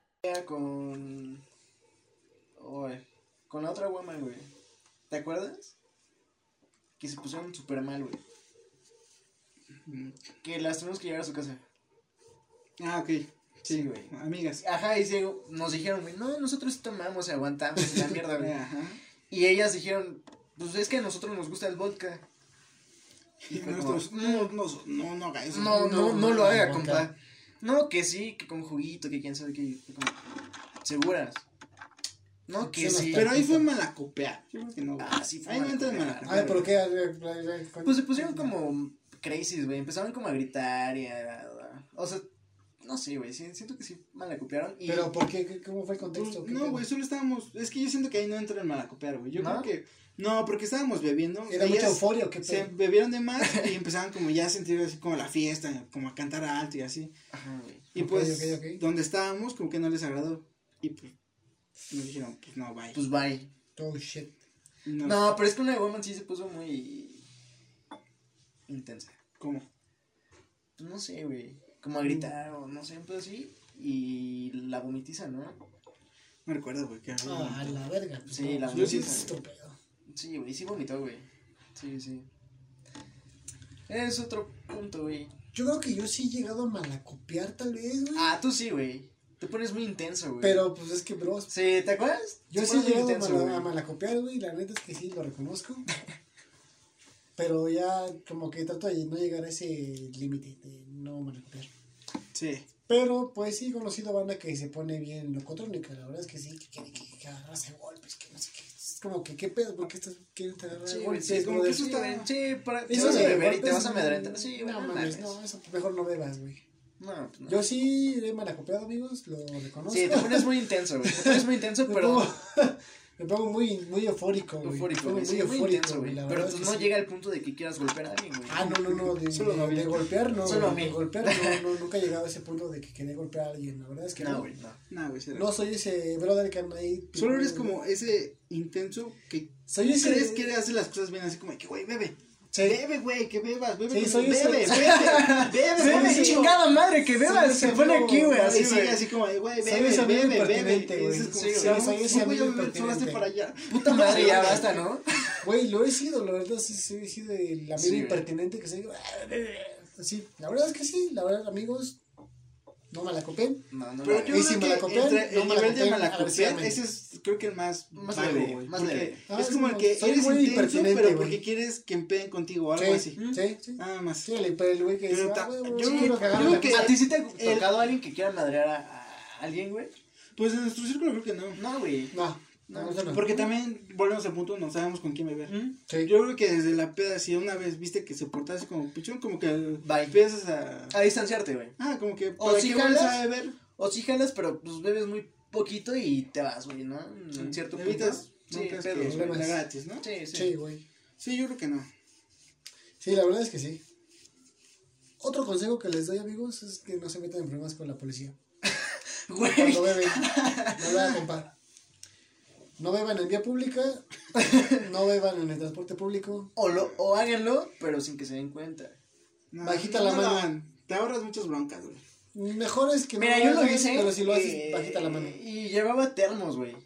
con la otra woman, güey. ¿Te acuerdas? Que se pusieron súper mal, güey. Mm. Que las tuvimos que llevar a su casa. Ah, ok. Sí, güey. Amigas. Ajá, y sí, nos dijeron, güey, no, nosotros tomamos y aguantamos y la mierda, güey. Ajá. Y ellas dijeron, pues es que a nosotros nos gusta el vodka. Y fue nosotros, como, no haga eso. No lo haga, vodka. compa. No, que sí, que con juguito, que quién sabe qué. Como, ¿seguras? No, que Sí, sí. Pero ahí fue malacopear. Yo creo que no, güey. Ah, sí fue ahí no entra en malacopear. A ver, ¿pero malacopear. qué? A ver, Pues se pusieron como crazy, güey. Empezaron como a gritar y o sea, no sé, güey. Siento que sí malacopiaron. Y ¿Pero por qué? ¿Cómo fue el contexto? ¿Qué No, pedo? güey, solo estábamos... Es que yo siento que ahí no entra en malacopear, güey. Yo ¿No? creo que... No, porque estábamos bebiendo. ¿Era mucha ellas euforia o qué Se pedo? bebieron de más y empezaban como ya a sentir así como la fiesta, como a cantar alto y así. Ajá, güey. Y Ok, pues, ok, ok. donde estábamos, como que no les agradó. Y pues, nos dijeron, pues no, bye. Pues bye. Oh, shit. Y nos- No, pero es que una woman sí se puso muy intensa. ¿Cómo? Pues no sé, güey. Como a gritar o no sé, pues así. Y la vomitiza, ¿no? No recuerdo, güey. Ah, la verga. Pues Sí, no, la yo música. sí es estúpido. Sí, güey, sí vomitó, güey. Sí. Es otro punto, güey. Yo creo que yo sí he llegado a malacopiar tal vez, güey. Ah, tú sí, güey. Te pones muy intenso, güey. Pero pues es que, bro, Sí, ¿te acuerdas? yo Te sí he pones muy llegado intenso, güey. a malacopiar, güey. La neta es que sí, lo reconozco. Pero ya como que trato de no llegar a ese límite de no malacopiar. Sí. Pero pues sí he conocido banda que se pone bien locotrónica. La verdad es que sí, que agarrarse a golpes, que no sé qué. Es como que, ¿qué pedo? ¿Por qué estás queriendo agarrar Sí, a güey, golpes? sí, como brother? que eso está bien. Sí, te Eso vas a de beber y te golpes, vas a amedrentar. Sí, güey, no no mames, mames. no, eso mejor no bebas, güey. No, pues no. Yo sí he malacopiado, amigos, lo reconozco. Sí, te pones muy intenso, güey. Te pones muy intenso, Me pero. pongo- Me pongo muy, muy eufórico, güey. Eufórico, Me güey. pongo Sí, muy intenso, güey. la Pero verdad pues es no que sí. llega al punto de que quieras golpear a alguien, güey. Ah, no, de golpear no. Solo a de mí. golpear no, nunca he llegado a ese punto de que quería golpear a alguien. La verdad es que No, güey, no. No, güey, será. No soy ese brother que anda ahí. Solo eres como ese intenso que Soy ese. crees que hace las cosas bien así como que, güey, bebe. Sí. Bebe, güey, que bebas, bebe. Sí, con- soy bebe, ese. Bebe, sí, chingada madre, que bebas. sí, Se pone aquí, güey, Y así, sigue güey. así como, de, güey, Soy bebe, ese amigo bebe, impertinente, bebe. güey. Y dices como, Sí, sí, güey, soy ese amigo amigo impertinente. Solo hazte impertinente. para allá. Puta madre, ya basta, ¿no? Güey, lo he sido, la verdad, sí he sido el amigo Sí, güey. impertinente que se sí, la verdad es que sí, la verdad, amigos, no me la copié. No, no, Pero no. yo Y creo si me que la copian, entre no el me la nivel de copian malacopiar, agresivamente. ese es creo que el más Más bajo, leve, güey. más Porque leve. Ah, es sí, como no, que soy eres muy intenso, impertinente, pero güey. porque quieres que empeen contigo o algo Sí, así. sí. Nada más. Sí, el güey que Pero dice, ta- güey, yo sí, creo- que agarre yo la creo que- cosa. ¿A ti sí te ha tocado alguien que quiera madrear a alguien, güey? Pues en nuestro círculo creo que no. No, güey. No, eso no. Porque también, volvemos al punto, no sabemos con quién beber. Sí. Yo creo que desde la peda, si una vez viste que se portaba así como pichón, como que Bye. empiezas a... A distanciarte, güey. Ah, como que... O ¿para si qué vuelves jalas, a beber? O si jalas, pero pues bebes muy poquito y te vas, güey, ¿no? En cierto punto. Evitas Sí, broncas pedos, que güey. problemas. gratis, ¿no? Sí, sí. Sí, güey. Sí, yo creo que no. Sí, la verdad es que sí. Otro consejo que les doy, amigos, es que no se metan en problemas con la policía. Güey. Cuando beben, no lo hagan, compa. No beban en vía pública, no beban en el transporte público. O háganlo, pero sin que se den cuenta. No, Bajita no la lo mano. hagan. Te ahorras muchas broncas, güey. Mejor es que no Mira, lo yo lo hagas, hice. pero si lo haces, bajita la mano. Y llevaba termos, güey.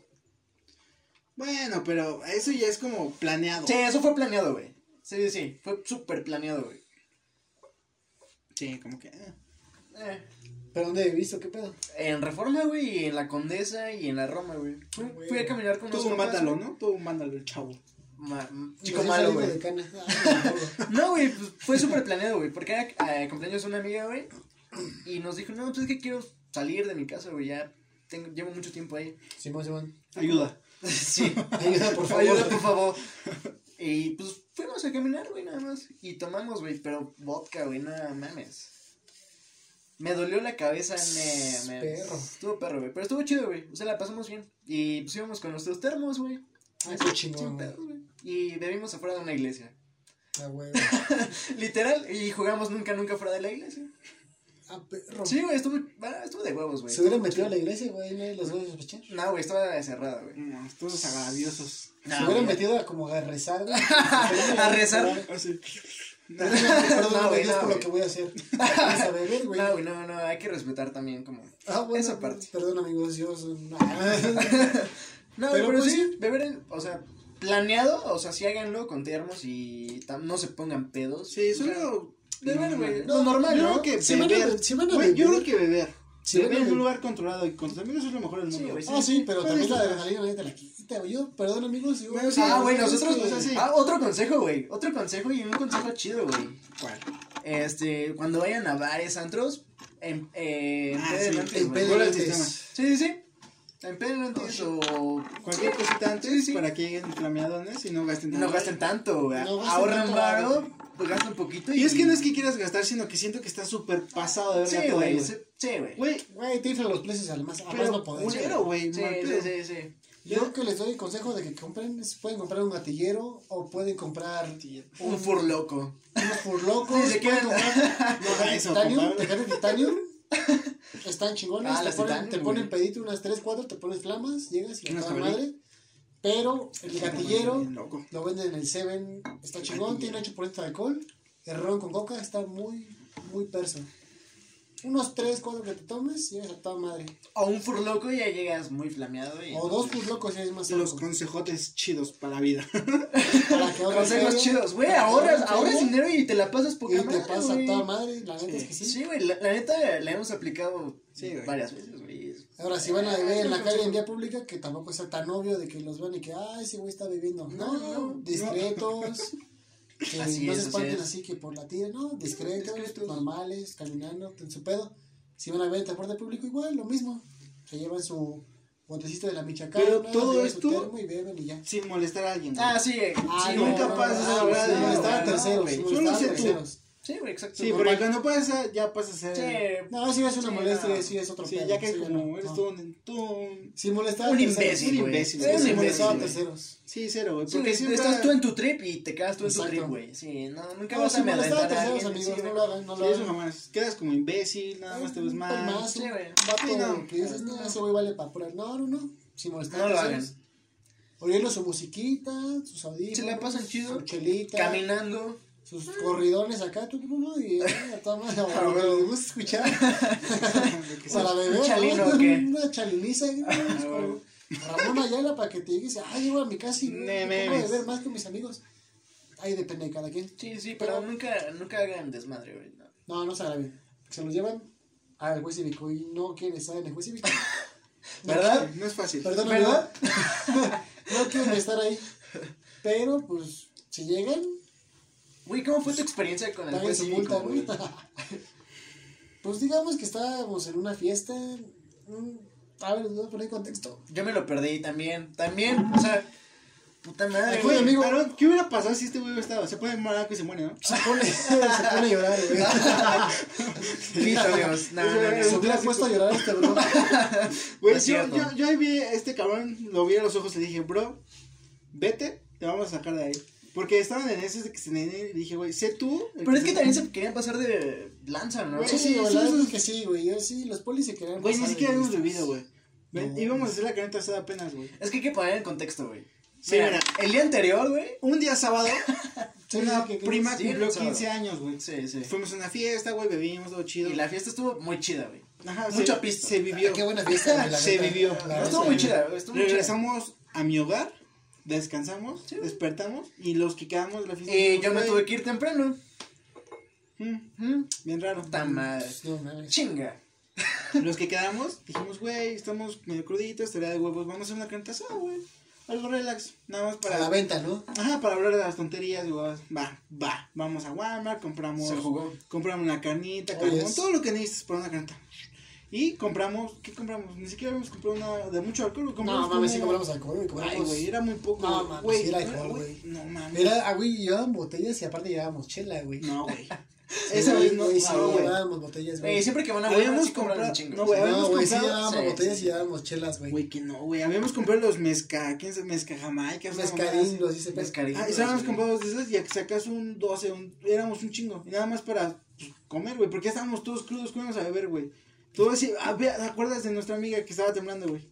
Bueno, pero eso ya es como planeado. Sí, eso fue planeado, güey. Sí. Fue súper planeado, güey. Sí, como que... ¿Pero dónde he visto? ¿Qué pedo? En Reforma, güey, y en la Condesa y en la Roma, güey. Fui a caminar con unos Todo un compas, vándalo, güey. ¿no? Todo un vándalo, el chavo. Chico Recién malo, salido güey. de cana. Ah, No, güey, pues fue súper planeado, güey. Porque era cumpleaños de una amiga, güey. Y nos dijo, no, pues es que quiero salir de mi casa, güey. Ya llevo mucho tiempo ahí. Simón. Ayuda. Sí. Ayuda, por favor. Ayuda, por favor. Y pues fuimos a caminar, güey, nada más. Y tomamos, güey, pero vodka, güey, no mames. Me dolió la cabeza, Perro. Estuvo perro, güey. Pero estuvo chido, güey. O sea, la pasamos bien. Y pues íbamos con nuestros termos, güey. Ay, qué chingón, Sin güey. pedos, güey. Y bebimos afuera de una iglesia. Ah, güey. Literal. Y jugamos nunca fuera de la iglesia. Ah, perro. Sí, güey, estuvo de huevos, güey. Se hubieran Estuvo metido a la chido. iglesia, güey, no los voy a sospechar. No, güey, estaba cerrada, güey. No, todos agradiosos. No, Se hubieran güey. metido a como a rezar, güey. A rezar. Así. Perdón, No, güey, Dios, no, por lo güey. que voy a hacer. Vamos a beber, güey. No, güey, no, hay que respetar también como Ah, bueno, esa parte. perdón, amigos, yo soy... No, Pero, pero pues, sí, beber, o sea, planeado, o sea, sí háganlo con termos y no se pongan pedos. Sí, o sea, solo... beber, güey, No, lo normal, yo ¿no? creo que Si van a beber... be- si van a Güey, yo beber- creo que beber. Si van a beber en un beber- lugar controlado y con tus amigos es lo mejor del Sí, mundo. güey, Ah, sí, pero también la está- adrenalina nadie te la quita, güey. Yo, perdón, amigos. Yo, Bueno, sí, Güey, es nosotros, que- o sea, sí. Otro consejo, güey, y un consejo chido, güey. ¿Cuál? Cuando vayan a bares, antros, empeden sí, antes, güey. Fuera del antes. sistema. Sí. Empeden antes o Cualquier cosita antes Sí, sí. para que lleguen flameadones y no gasten tanto. no gasten tanto, güey. No gasten Ahorran tanto, varo, pues gastan poquito Y es que no es que quieras gastar, sino que siento que está súper pasado de Sí, verga todo ahí, güey, sí, güey. Güey, Güey, te inflan los precios al más pero no poder. culero, güey. Sí, mal pedo. sí. Yo que les doy el consejo de que compren, pueden comprar un gatillero o pueden comprar Un furloco. unos furlocos. Sí, se pueden quedan- comprar los de Eso, titanium, compadre. de titanium. Están chingones, Ah, te las ponen, Titanium, te ponen güey. pedito unas 3, 4, te pones flamas, llegas y a Unas toda jabalí. madre. Pero el gatillero Bien loco. lo venden en el 7, está chingón, tiene 8% de alcohol. El ron con coca está muy perso. Unos 3, 4 que te tomes, llegas a toda madre. O un furloco y ya llegas muy flameado. Y O 2 furlocos si es más Los algo. consejotes chidos para la vida. Para que ahorres consejos feria, chidos. Güey, para que ahorras feria, dinero y te la pasas poca y te madre, pasa güey. toda madre, la neta es que sí. Sí, güey, la neta la hemos aplicado Sí, güey. varias veces, güey. Ahora, si van a beber en la calle en vía pública, que tampoco sea tan obvio de que los vean y que, ay, ese güey está bebiendo. No, discretos. Que Así no es, se así espanten es. así que por la tira, no, discretos, Discretos. normales, caminando, en su pedo. Si van a beber en transporte público, igual, lo mismo. Se llevan su botecito de la michacana, Pero todo llevan esto- su termo y beben y ya. Sin molestar a alguien. güey. Ah, sí, Ah, sí, no, nunca no, pasas no, a hablar sí, de molestar a no, terceros, güey. molestar Solo a sé tú. terceros. Sí, güey, exacto. Sí, porque cuando pasa, ya pasa a ser. Sí. No, sí es una Sí, molestia, no. sí es otro Sí, pedo. ya que Sí, como no, eres no. tú. Si molestaba Un a terceros. imbécil, un güey. imbécil, Sí, güey. si Un molestaba a imbécil, güey. terceros. Sí, cero, güey. Sí, Porque güey, siempre. estás tú en tu trip y te quedas tú en tu Exacto. trip, güey. Sí, no, nunca No, vas si a molestaba a amedrentar a terceros, alguien. amigos, Sí, no güey. lo hagan, no Sí, lo eso hagan. jamás. Quedas como imbécil, nada más te ves Un mal. palmazo, Sí, güey. vato, Sí, no. que dices, no, ese güey vale para pura. No. Si molestaba No lo a terceros. hagan. Oyendo su musiquita, sus audífonos. Se la pasan chido. Su chelita. Caminando. Sus corridones acá, y a toda madre, Ah, lo que güey. les gusta escuchar. Para beber, ¿Un chalino ¿no? o qué? Una chaliniza. güey. Ramón Ayala para que te digas, llego a mi casa y Ne, me pongo a memes. beber más con mis amigos. Ahí depende de cada quien. Sí, pero nunca hagan desmadre, güey. No. No se agraven. Se los llevan al juez cívico y no quieren estar en el juez cívico. ¿Verdad? No es fácil. Perdón, ¿Verdad? no quieren estar ahí. Pero, pues, si llegan, Güey, ¿cómo fue tu experiencia con el paguen juez su cívico, multa, güey? ¿no? Pues digamos que estábamos en una fiesta. A ver, les voy a poner en contexto. Yo me lo perdí también, o sea, puta madre, Oye, güey. amigo. Aaron, ¿qué hubiera pasado si este güey hubiera estado? Se pone maraco y se muere, ¿no? Se pone a llorar, güey. Pito, Dios, no, Se hubiera puesto a llorar este bro. Güey, Es yo cierto. ahí vi a este cabrón, lo vi a los ojos y le dije, bro, vete, te vamos a sacar de ahí. Porque estaban en ese de que se y dije, güey, sé tú. Pero es que también se querían pasar de lanza, ¿no? Güey, Sí, sí, la sí, verdad sí. es que sí, güey. Yo sí, los polis se querían. Güey, ni pasar siquiera de habíamos listos. bebido, güey. No. Íbamos a hacer la carnita asada apenas, güey. Es que hay que poner en contexto, güey. Sí, Mira, mira. el día anterior, güey. Un día sábado, Sí, una que- prima sí, cumplió el sábado. 15 años, güey. Sí. Fuimos a una fiesta, güey, bebimos, todo chido. Y la fiesta estuvo muy chida, güey. Ajá, mucho pisto. Se vivió. Qué buena fiesta, güey, la Se neta. vivió. La verdad, Estuvo se muy vivió. chida, güey. Estuvo muy chida. Regresamos a mi hogar, descansamos, Sí. despertamos y los que quedamos de la fiesta. Y dijimos, yo me güey, tuve que ir temprano. Bien raro. Puta madre. No, mames. Chinga. Los que quedamos, dijimos, güey, estamos medio cruditos, estaría de huevos, vamos a hacer una carnita asada, güey. Algo relax, nada más Para la para... venta, ¿no? Ajá, para hablar de las tonterías, güey. Vamos a Walmart, compramos una carnita, Oye, carbón, es- todo lo que necesites para una carnita. Y compramos, ¿qué compramos? Ni siquiera habíamos comprado una de mucho alcohol, güey. No, compramos mames, sí como- compramos alcohol, güey. Ay, Compramos. güey, era muy poco. No, mames, güey. sí era alcohol, güey. No, mames. Era, güey, llevaban botellas y aparte llevábamos chela, güey. No, güey. Sí, Esa vez no, güey, sí, no, güey. llevábamos botellas, güey. Güey, siempre que van a Walmart Habíamos sí compran comprado- un chingo. no, güey, No, habíamos güey, sí comprado- llevábamos sí, botellas sí, y llevábamos chelas, güey. Güey, que no, güey. Habíamos comprado los ¿quién es mezca jamaica? Mezcarín, los dice Mezcarín. Ah, y habíamos comprado de esas y que sacas un 12, éramos un chingo. Y nada más para pues, comer, güey. Porque ya estábamos todos crudos, ¿cómo íbamos a beber, güey? Todo así, ¿te acuerdas de nuestra amiga que estaba temblando, güey?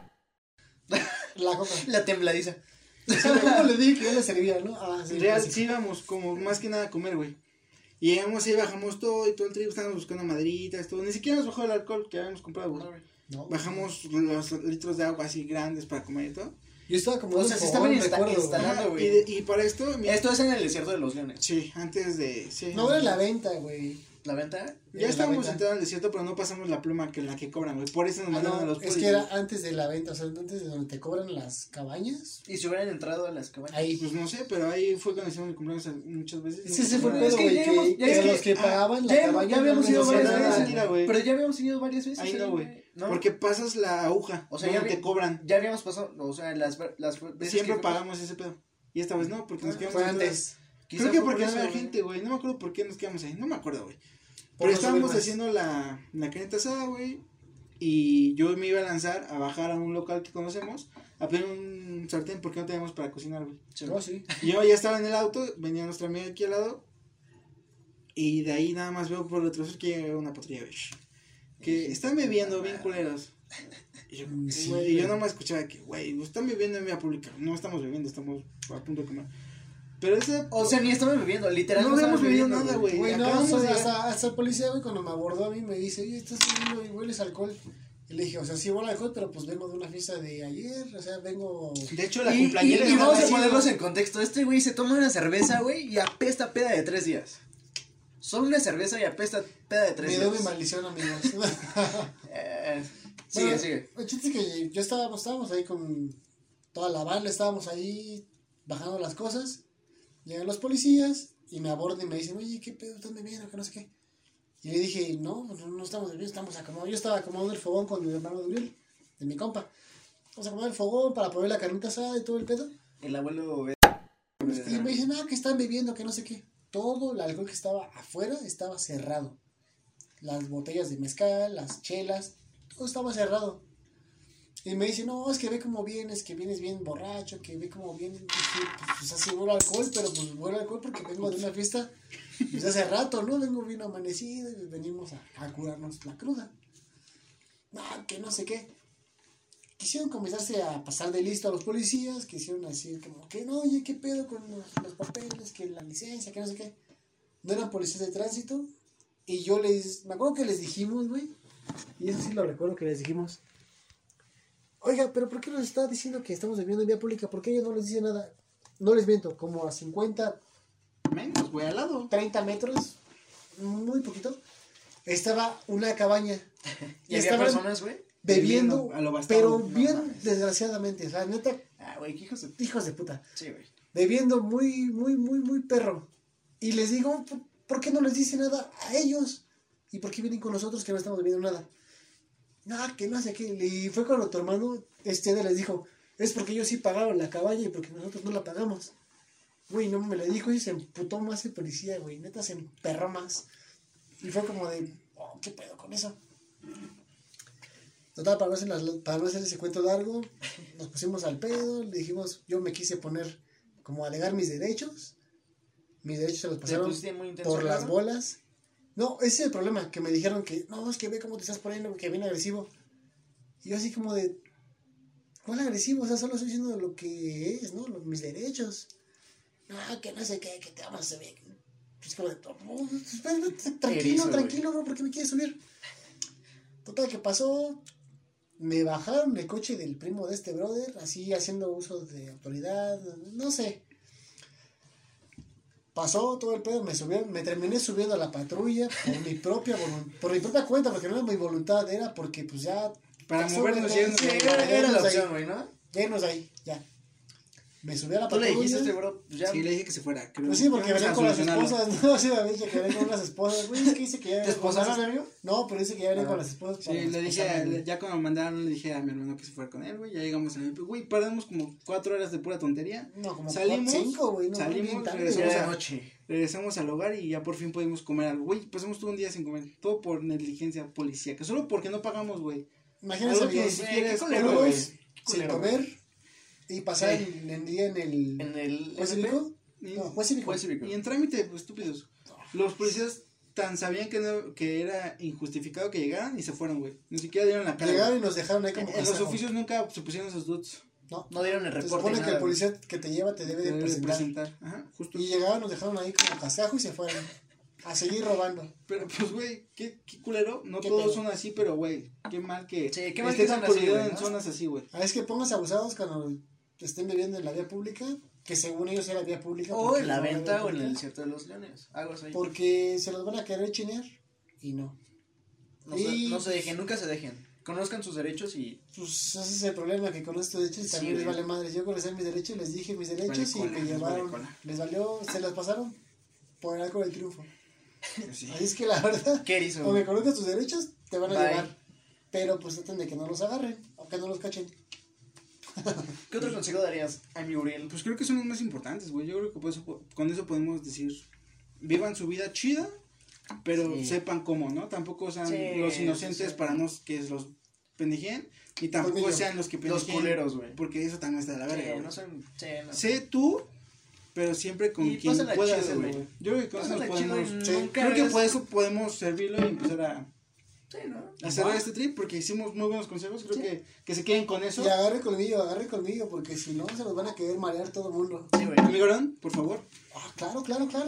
La coca. La tembladiza. ¿Cómo le dije que yo le servía, no? Ah, sí. Real, sí. sí íbamos como más que nada a comer, güey. Y llegamos ahí, bajamos todo y todo el trigo, estábamos buscando maderitas, todo. Ni siquiera nos bajó el alcohol que habíamos comprado, güey. No. Bajamos los litros de agua así grandes para comer y todo. Yo estaba como. O en sea, un sí fogón, estaban recuerdo, güey. instalando. Ajá, güey. y para esto, mira, Esto es en el desierto de los leones. sí, antes de... Sí, No era la venta, güey. ¿La venta? Ya la estábamos venta. entrando al desierto, pero no pasamos la pluma que la que cobran, güey. Por eso nos Ah, mandaron a no, los es polis, que era güey. antes de la venta, o sea, antes de donde te cobran las cabañas. Y si hubieran entrado a las cabañas. Ahí. Pues no sé, pero ahí fue cuando hicimos el cumpleaños muchas veces. Sí, ese fue el Es pedo, que güey, ya hemos- que, ya es que que- los que pagaban la Ya, cabaña. ya habíamos no ido nos varias hacían nada. veces. mentira, güey. Pero ya habíamos ido varias veces. Ahí no, güey. ¿no? Porque pasas la aguja, O sea, donde ya te cobran. Ya habíamos pasado, o sea, las veces Siempre que pagamos ese pedo. Y esta vez no, porque nos quedamos Fue ahí antes. Quizá Creo que fue porque por no eso, había güey. gente, güey. No me acuerdo por qué nos quedamos ahí. No me acuerdo, güey. Por Pero no subir estábamos más. haciendo la carnita asada, güey. Y yo me iba a lanzar a bajar a un local que conocemos a pedir un sartén porque no teníamos para cocinar, güey. Sí. No, sí. Y yo ya estaba en el auto, venía nuestra amiga aquí al lado. Y de ahí nada más veo por el retroceso que llega una patrulla, güey. Que están bebiendo bien culeros. Y yo, Sí, güey, y yo güey. nomás escuchaba que, güey, están bebiendo en vía pública. No estamos bebiendo, estamos a punto de comer. Pero ese. O sea, ni estaban bebiendo, literal. No habíamos estaban bebido bebiendo, nada, güey. Güey, no, acabamos o sea, de llegar. hasta el policía, güey, cuando me abordó a mí me dice, oye, estás bebiendo y hueles alcohol. Y le dije, o sea, sí huele alcohol, pero pues vengo de una fiesta de ayer, o sea, vengo. De hecho, la Y cumpleañera vamos a estaba ponerlos así, en contexto. Este güey se toma una cerveza, güey, y apesta peda de 3 días. Solo una cerveza y apesta peda de 3 Me días. dio mi maldición, amigos. Sigue, Bueno, sigue. El chiste es que yo estábamos ahí con toda la banda, estábamos ahí bajando las cosas. Llegan los policías y me abordan y me dicen, oye, ¿qué pedo están bebiendo? Que no sé qué. Y le dije, no, pues no estamos bebiendo, estamos acomodados. Yo estaba acomodando el fogón con mi hermano de Uriel, de mi compa. Vamos a acomodar el fogón para poner la carnita asada y todo el pedo. El abuelo. Y me dicen, que están bebiendo, que no sé qué. todo el alcohol que estaba afuera estaba cerrado. Las botellas de mezcal, las chelas, todo estaba cerrado. Y me dice, no, es que ve cómo vienes, que vienes bien borracho, que ve cómo vienes, pues así huele alcohol, pero pues huele alcohol porque vengo de una fiesta, pues hace rato, ¿no? Vengo bien amanecido y venimos a curarnos la cruda. No, que no sé qué. Quisieron comenzarse a pasar de listo a los policías, quisieron decir como que no, oye, ¿qué pedo con los papeles, que la licencia, que no sé qué? No eran policías de tránsito y me acuerdo que les dijimos, güey, y eso sí lo recuerdo que les dijimos, oiga, pero ¿por qué nos está diciendo que estamos bebiendo en vía pública? ¿Por qué ellos no les dicen nada? No les miento, como a 50, menos, güey, al lado. 30 metros, muy poquito, estaba una cabaña. Y había personas, güey, bebiendo, a lo bastardo. pero No bien mames. desgraciadamente, o sea, neta, güey, qué hijos de... hijos de puta, Sí, güey. bebiendo muy, muy, muy, muy perro. Y les digo, ¿por qué no les dice nada a ellos? ¿Y por qué vienen con nosotros que no estamos bebiendo nada? No, que no sé qué. Y fue cuando tu hermano, les dijo, es porque ellos sí pagaron la cabaña y porque nosotros no la pagamos. Güey, no me lo dijo y se emputó más el policía, güey, neta se emperró más. Y fue como de, oh, ¿qué pedo con eso? Total, para no hacer ese cuento largo, nos pusimos al pedo, le dijimos, yo me quise poner como a alegar mis derechos se los pasaron muy intenso, por las ¿no? bolas. No, ese es el problema, que me dijeron que, no, es que ve cómo te estás poniendo, que viene agresivo. Y yo así como de, ¿cuál agresivo? O sea, solo estoy diciendo lo que es, ¿no? Mis derechos. No, que no sé qué, que te vamos a subir. Es como de, oh, tranquilo, bro, ¿por qué me quieres subir? Total, que pasó, me bajaron el coche del primo de este brother, así haciendo uso de autoridad, no sé. Pasó todo el pedo, me terminé subiendo a la patrulla por mi propia cuenta, porque no era mi voluntad, era porque pues ya... Para pasó, movernos güey, yendo. Sí, ya, era la ahí. opción, güey, ¿no? Llenos ahí, ya. Me subí a la Tú le patrulla. dijiste a este bro, pues ya. Sí, le dije que se fuera. Creo, Pues sí, porque vamos venía a con las solucionarlo. esposas, ¿no? Sí, me dice que venía con las esposas, güey, es que dice que ya ¿Te esposaron, amigo? No, pero dice que ya venía con las esposas. Sí, para le dije, esposarme, güey. ya cuando me mandaron, le dije a mi hermano que se fuera con él, güey. Ya llegamos a mi güey, perdimos como 4 horas de pura tontería. No, como Salimos, 5, güey, no, salimos, bien tarde, regresamos Ya güey. de noche. Regresamos al hogar y ya por fin pudimos comer algo. Güey, pasamos todo un día sin comer. Todo por negligencia policíaca. Solo porque no pagamos, güey. Imagínense Algo que bien, ni siquiera qué es culero, culero, güey. crudos, Qué sin culero, comer y pasar Sí. el día en el... En el ¿Juez SP, cívico? Y, No, juez cívico. juez cívico. y en trámite, pues, estúpidos. Los policías tan sabían que era injustificado que llegaran y se fueron, güey. Ni siquiera dieron la cara. Llegaron y nos dejaron ahí como En los casajo. oficios nunca se pusieron esos dudes. No dieron el Se reporte. supone que nada, el policía que te lleva te debe de presentar. Ajá, justo. Y llegaron, nos dejaron ahí como cascajo y se fueron a seguir robando. Pero pues, güey, qué culero. No ¿Qué todos pedo? son así, pero, güey, qué mal que Sí, qué mal estés que son así, acudido güey, en ¿no? zonas así, güey. Es que pongas abusados cuando estén bebiendo en la vía pública, que según ellos era vía pública. O porque en la no era venta vía o en pública, el desierto de los leones. Algo así. Porque se los van a querer chinear y no. No se dejen, nunca se dejen. Conozcan sus derechos y. Pues ese es el problema, que con estos derechos Sí, también les güey. vale madres. Yo conocí mis derechos, les dije mis derechos Vale y cola, me les llevaron, vale cola. les valió, se las pasaron por el arco del triunfo. Sí. Así es que la verdad, ¿Qué erizo? o me conozcas tus derechos, te van a Bye. llevar. Pero pues traten de que no los agarren, o que no los cachen. ¿Qué otro consejo darías a mi Uriel? Pues creo que son los más importantes, güey. Yo creo que con eso podemos decir, vivan su vida chida, pero Sí. sepan cómo, ¿no? Tampoco sean Sí, los inocentes sí. para no que los pendejen, y tampoco Colmillo. sean los que Los pendejen. culeros, güey. Porque eso también está de la verga, Sí, güey. no son. Sí, no. Sé tú, pero siempre con Y quien pásala pueda chido, hacerlo, güey. güey. Yo creo que con eso nos Pásala chido y podemos... Sí, nunca Creo que hagas- por eso podemos servirlo y empezar a Sí, ¿no? cerrar Ajá. este trip, porque hicimos muy buenos consejos. Creo Sí. que se queden con eso. Y agarre colmillo, porque si no se los van a querer marear todo el mundo. Sí, güey. Amigo Aaron, por favor. Ah, claro.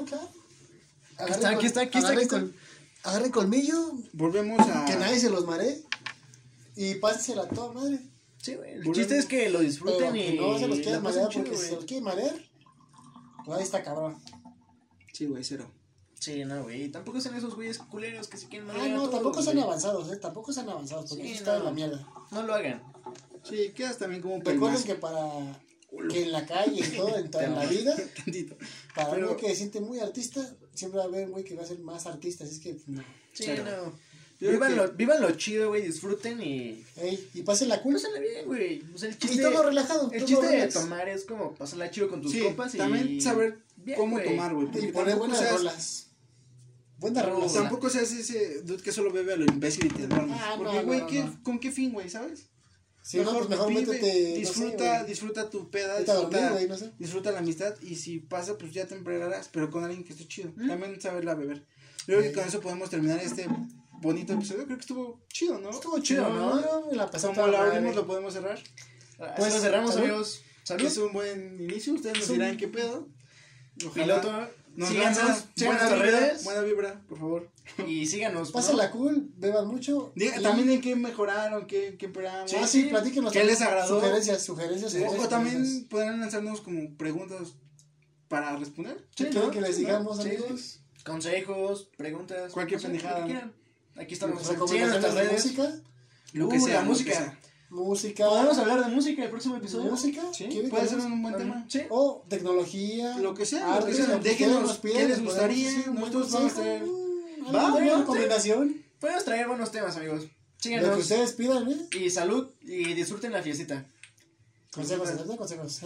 Aquí está. Agarre colmillo, Volvemos a... que nadie se los maree. Y pásensela a toda madre. Sí, güey. El Volvemos- chiste es que lo Pero disfruten que y. no se los la quieren pasen marear, chido, porque si se güey. los quieren marear, pues ahí está cabrón. Sí, güey, cero. Sí, no, güey. Tampoco son esos güeyes culeros que se quieren Ah, marear a no, todos, tampoco son güey. avanzados, tampoco son avanzados, porque Sí, eso está no. en la mierda. No lo hagan. Sí, quedas también como un Recuerden pelmazo. que para que en la calle y todo, en toda la vida, Tantito. para Pero- uno que se siente muy artista, siempre va a haber un güey que va a ser más artista, así es que no. Sí, Cero. no. Yo creo Vívanlo chido, güey. Disfruten y. Ey, y pasen la culpa. Pásenla bien, güey. O sea, el chiste. Y todo relajado. El todo chiste de relax. tomar es como pasarla chido con tus Sí, compas y. también saber Bien, cómo güey. tomar, güey. Y porque poner tampoco buenas seas- rolas. Buenas No, rolas. Tampoco seas ese dude que solo bebe a lo imbécil y te duermes. Ah, no, Porque, no, güey, no, ¿qué- no. ¿con qué fin, güey, sabes? Sí, no, pues mejor vive, métete. disfruta, no sé, disfruta tu peda, vete a dormir, disfruta, güey, no sé. disfruta la amistad y si pasa, pues ya te embriagarás, pero con alguien que esté chido. También saberla beber. Yo creo que con eso podemos terminar este bonito episodio. Creo que estuvo chido, ¿no? Estuvo chido, ¿no? Yo me la pasé Como toda la madre. abrimos, lo podemos cerrar. Pues Pues, lo cerramos, salud. amigos. Salud. Es un buen inicio. Ustedes nos dirán qué pedo. Piloto. Nos Síganos, lanzan sigan buena nuestras vibra, redes. buena vibra, por favor. Y síganos. Pásenla cool, beban mucho. Diga, y- también en qué mejoraron, qué empeoramos. Ah, sí, platíquenos. ¿Qué les agradó? Sugerencias. O también podrán lanzarnos como preguntas para responder. ¿Qué Sí, quieren ¿no? que les digamos, Sí, amigos? Consejos, preguntas. Cualquier no sé, pendejada. lo que quieran. Aquí estamos. Sigan Recomendaciones nuestras de redes. música. Lo que sea. La lo música. que sea. Música. Podemos hablar de música el próximo episodio. ¿Música? Sí, ¿Quieren puede que ser hablemos? un buen tema. Sí. O tecnología. Lo que sea, arte, lo que sea. lo que Déjenos ustedes nos piden, qué les podemos gustaría, decir un buen nosotros vamos a consejo, traer- ¿Alguna bueno, recomendación? Podemos traer buenos temas, amigos. Lo que Síganos. ustedes pidan, ¿eh? Y salud. Y disfruten la fiestita. Consejos, ¿verdad? Consejos.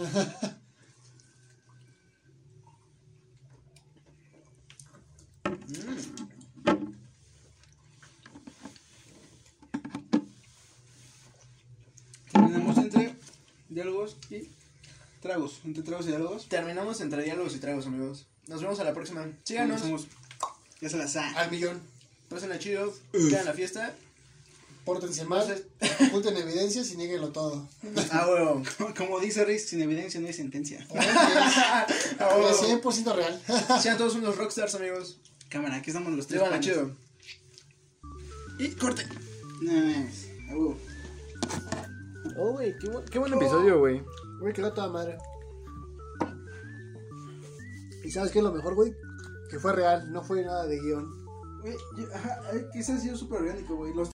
Terminamos entre diálogos y tragos. Entre tragos y diálogos. Terminamos entre diálogos y tragos, amigos. Nos vemos a la próxima. Síganos. Somos- Ya se las saben. Al millón. Pásenla chido. Quedan la fiesta. Pórtense mal. Entonces- Oculten evidencias y nieguenlo todo. Ah, huevo. Como dice Riz, sin evidencia no hay sentencia. Ah, huevo. Es 100% real. Sean todos unos rockstars, amigos. Cámara, aquí estamos los tres. Vivan la panas. chido. Y corte. No mames. A huevo. Oh, güey, qué buen episodio, güey. Me quedó toda madre. ¿Y sabes qué es lo mejor, güey? Que fue real, no fue nada de guión. Güey, ajá, quizás ha sido súper orgánico, güey. Los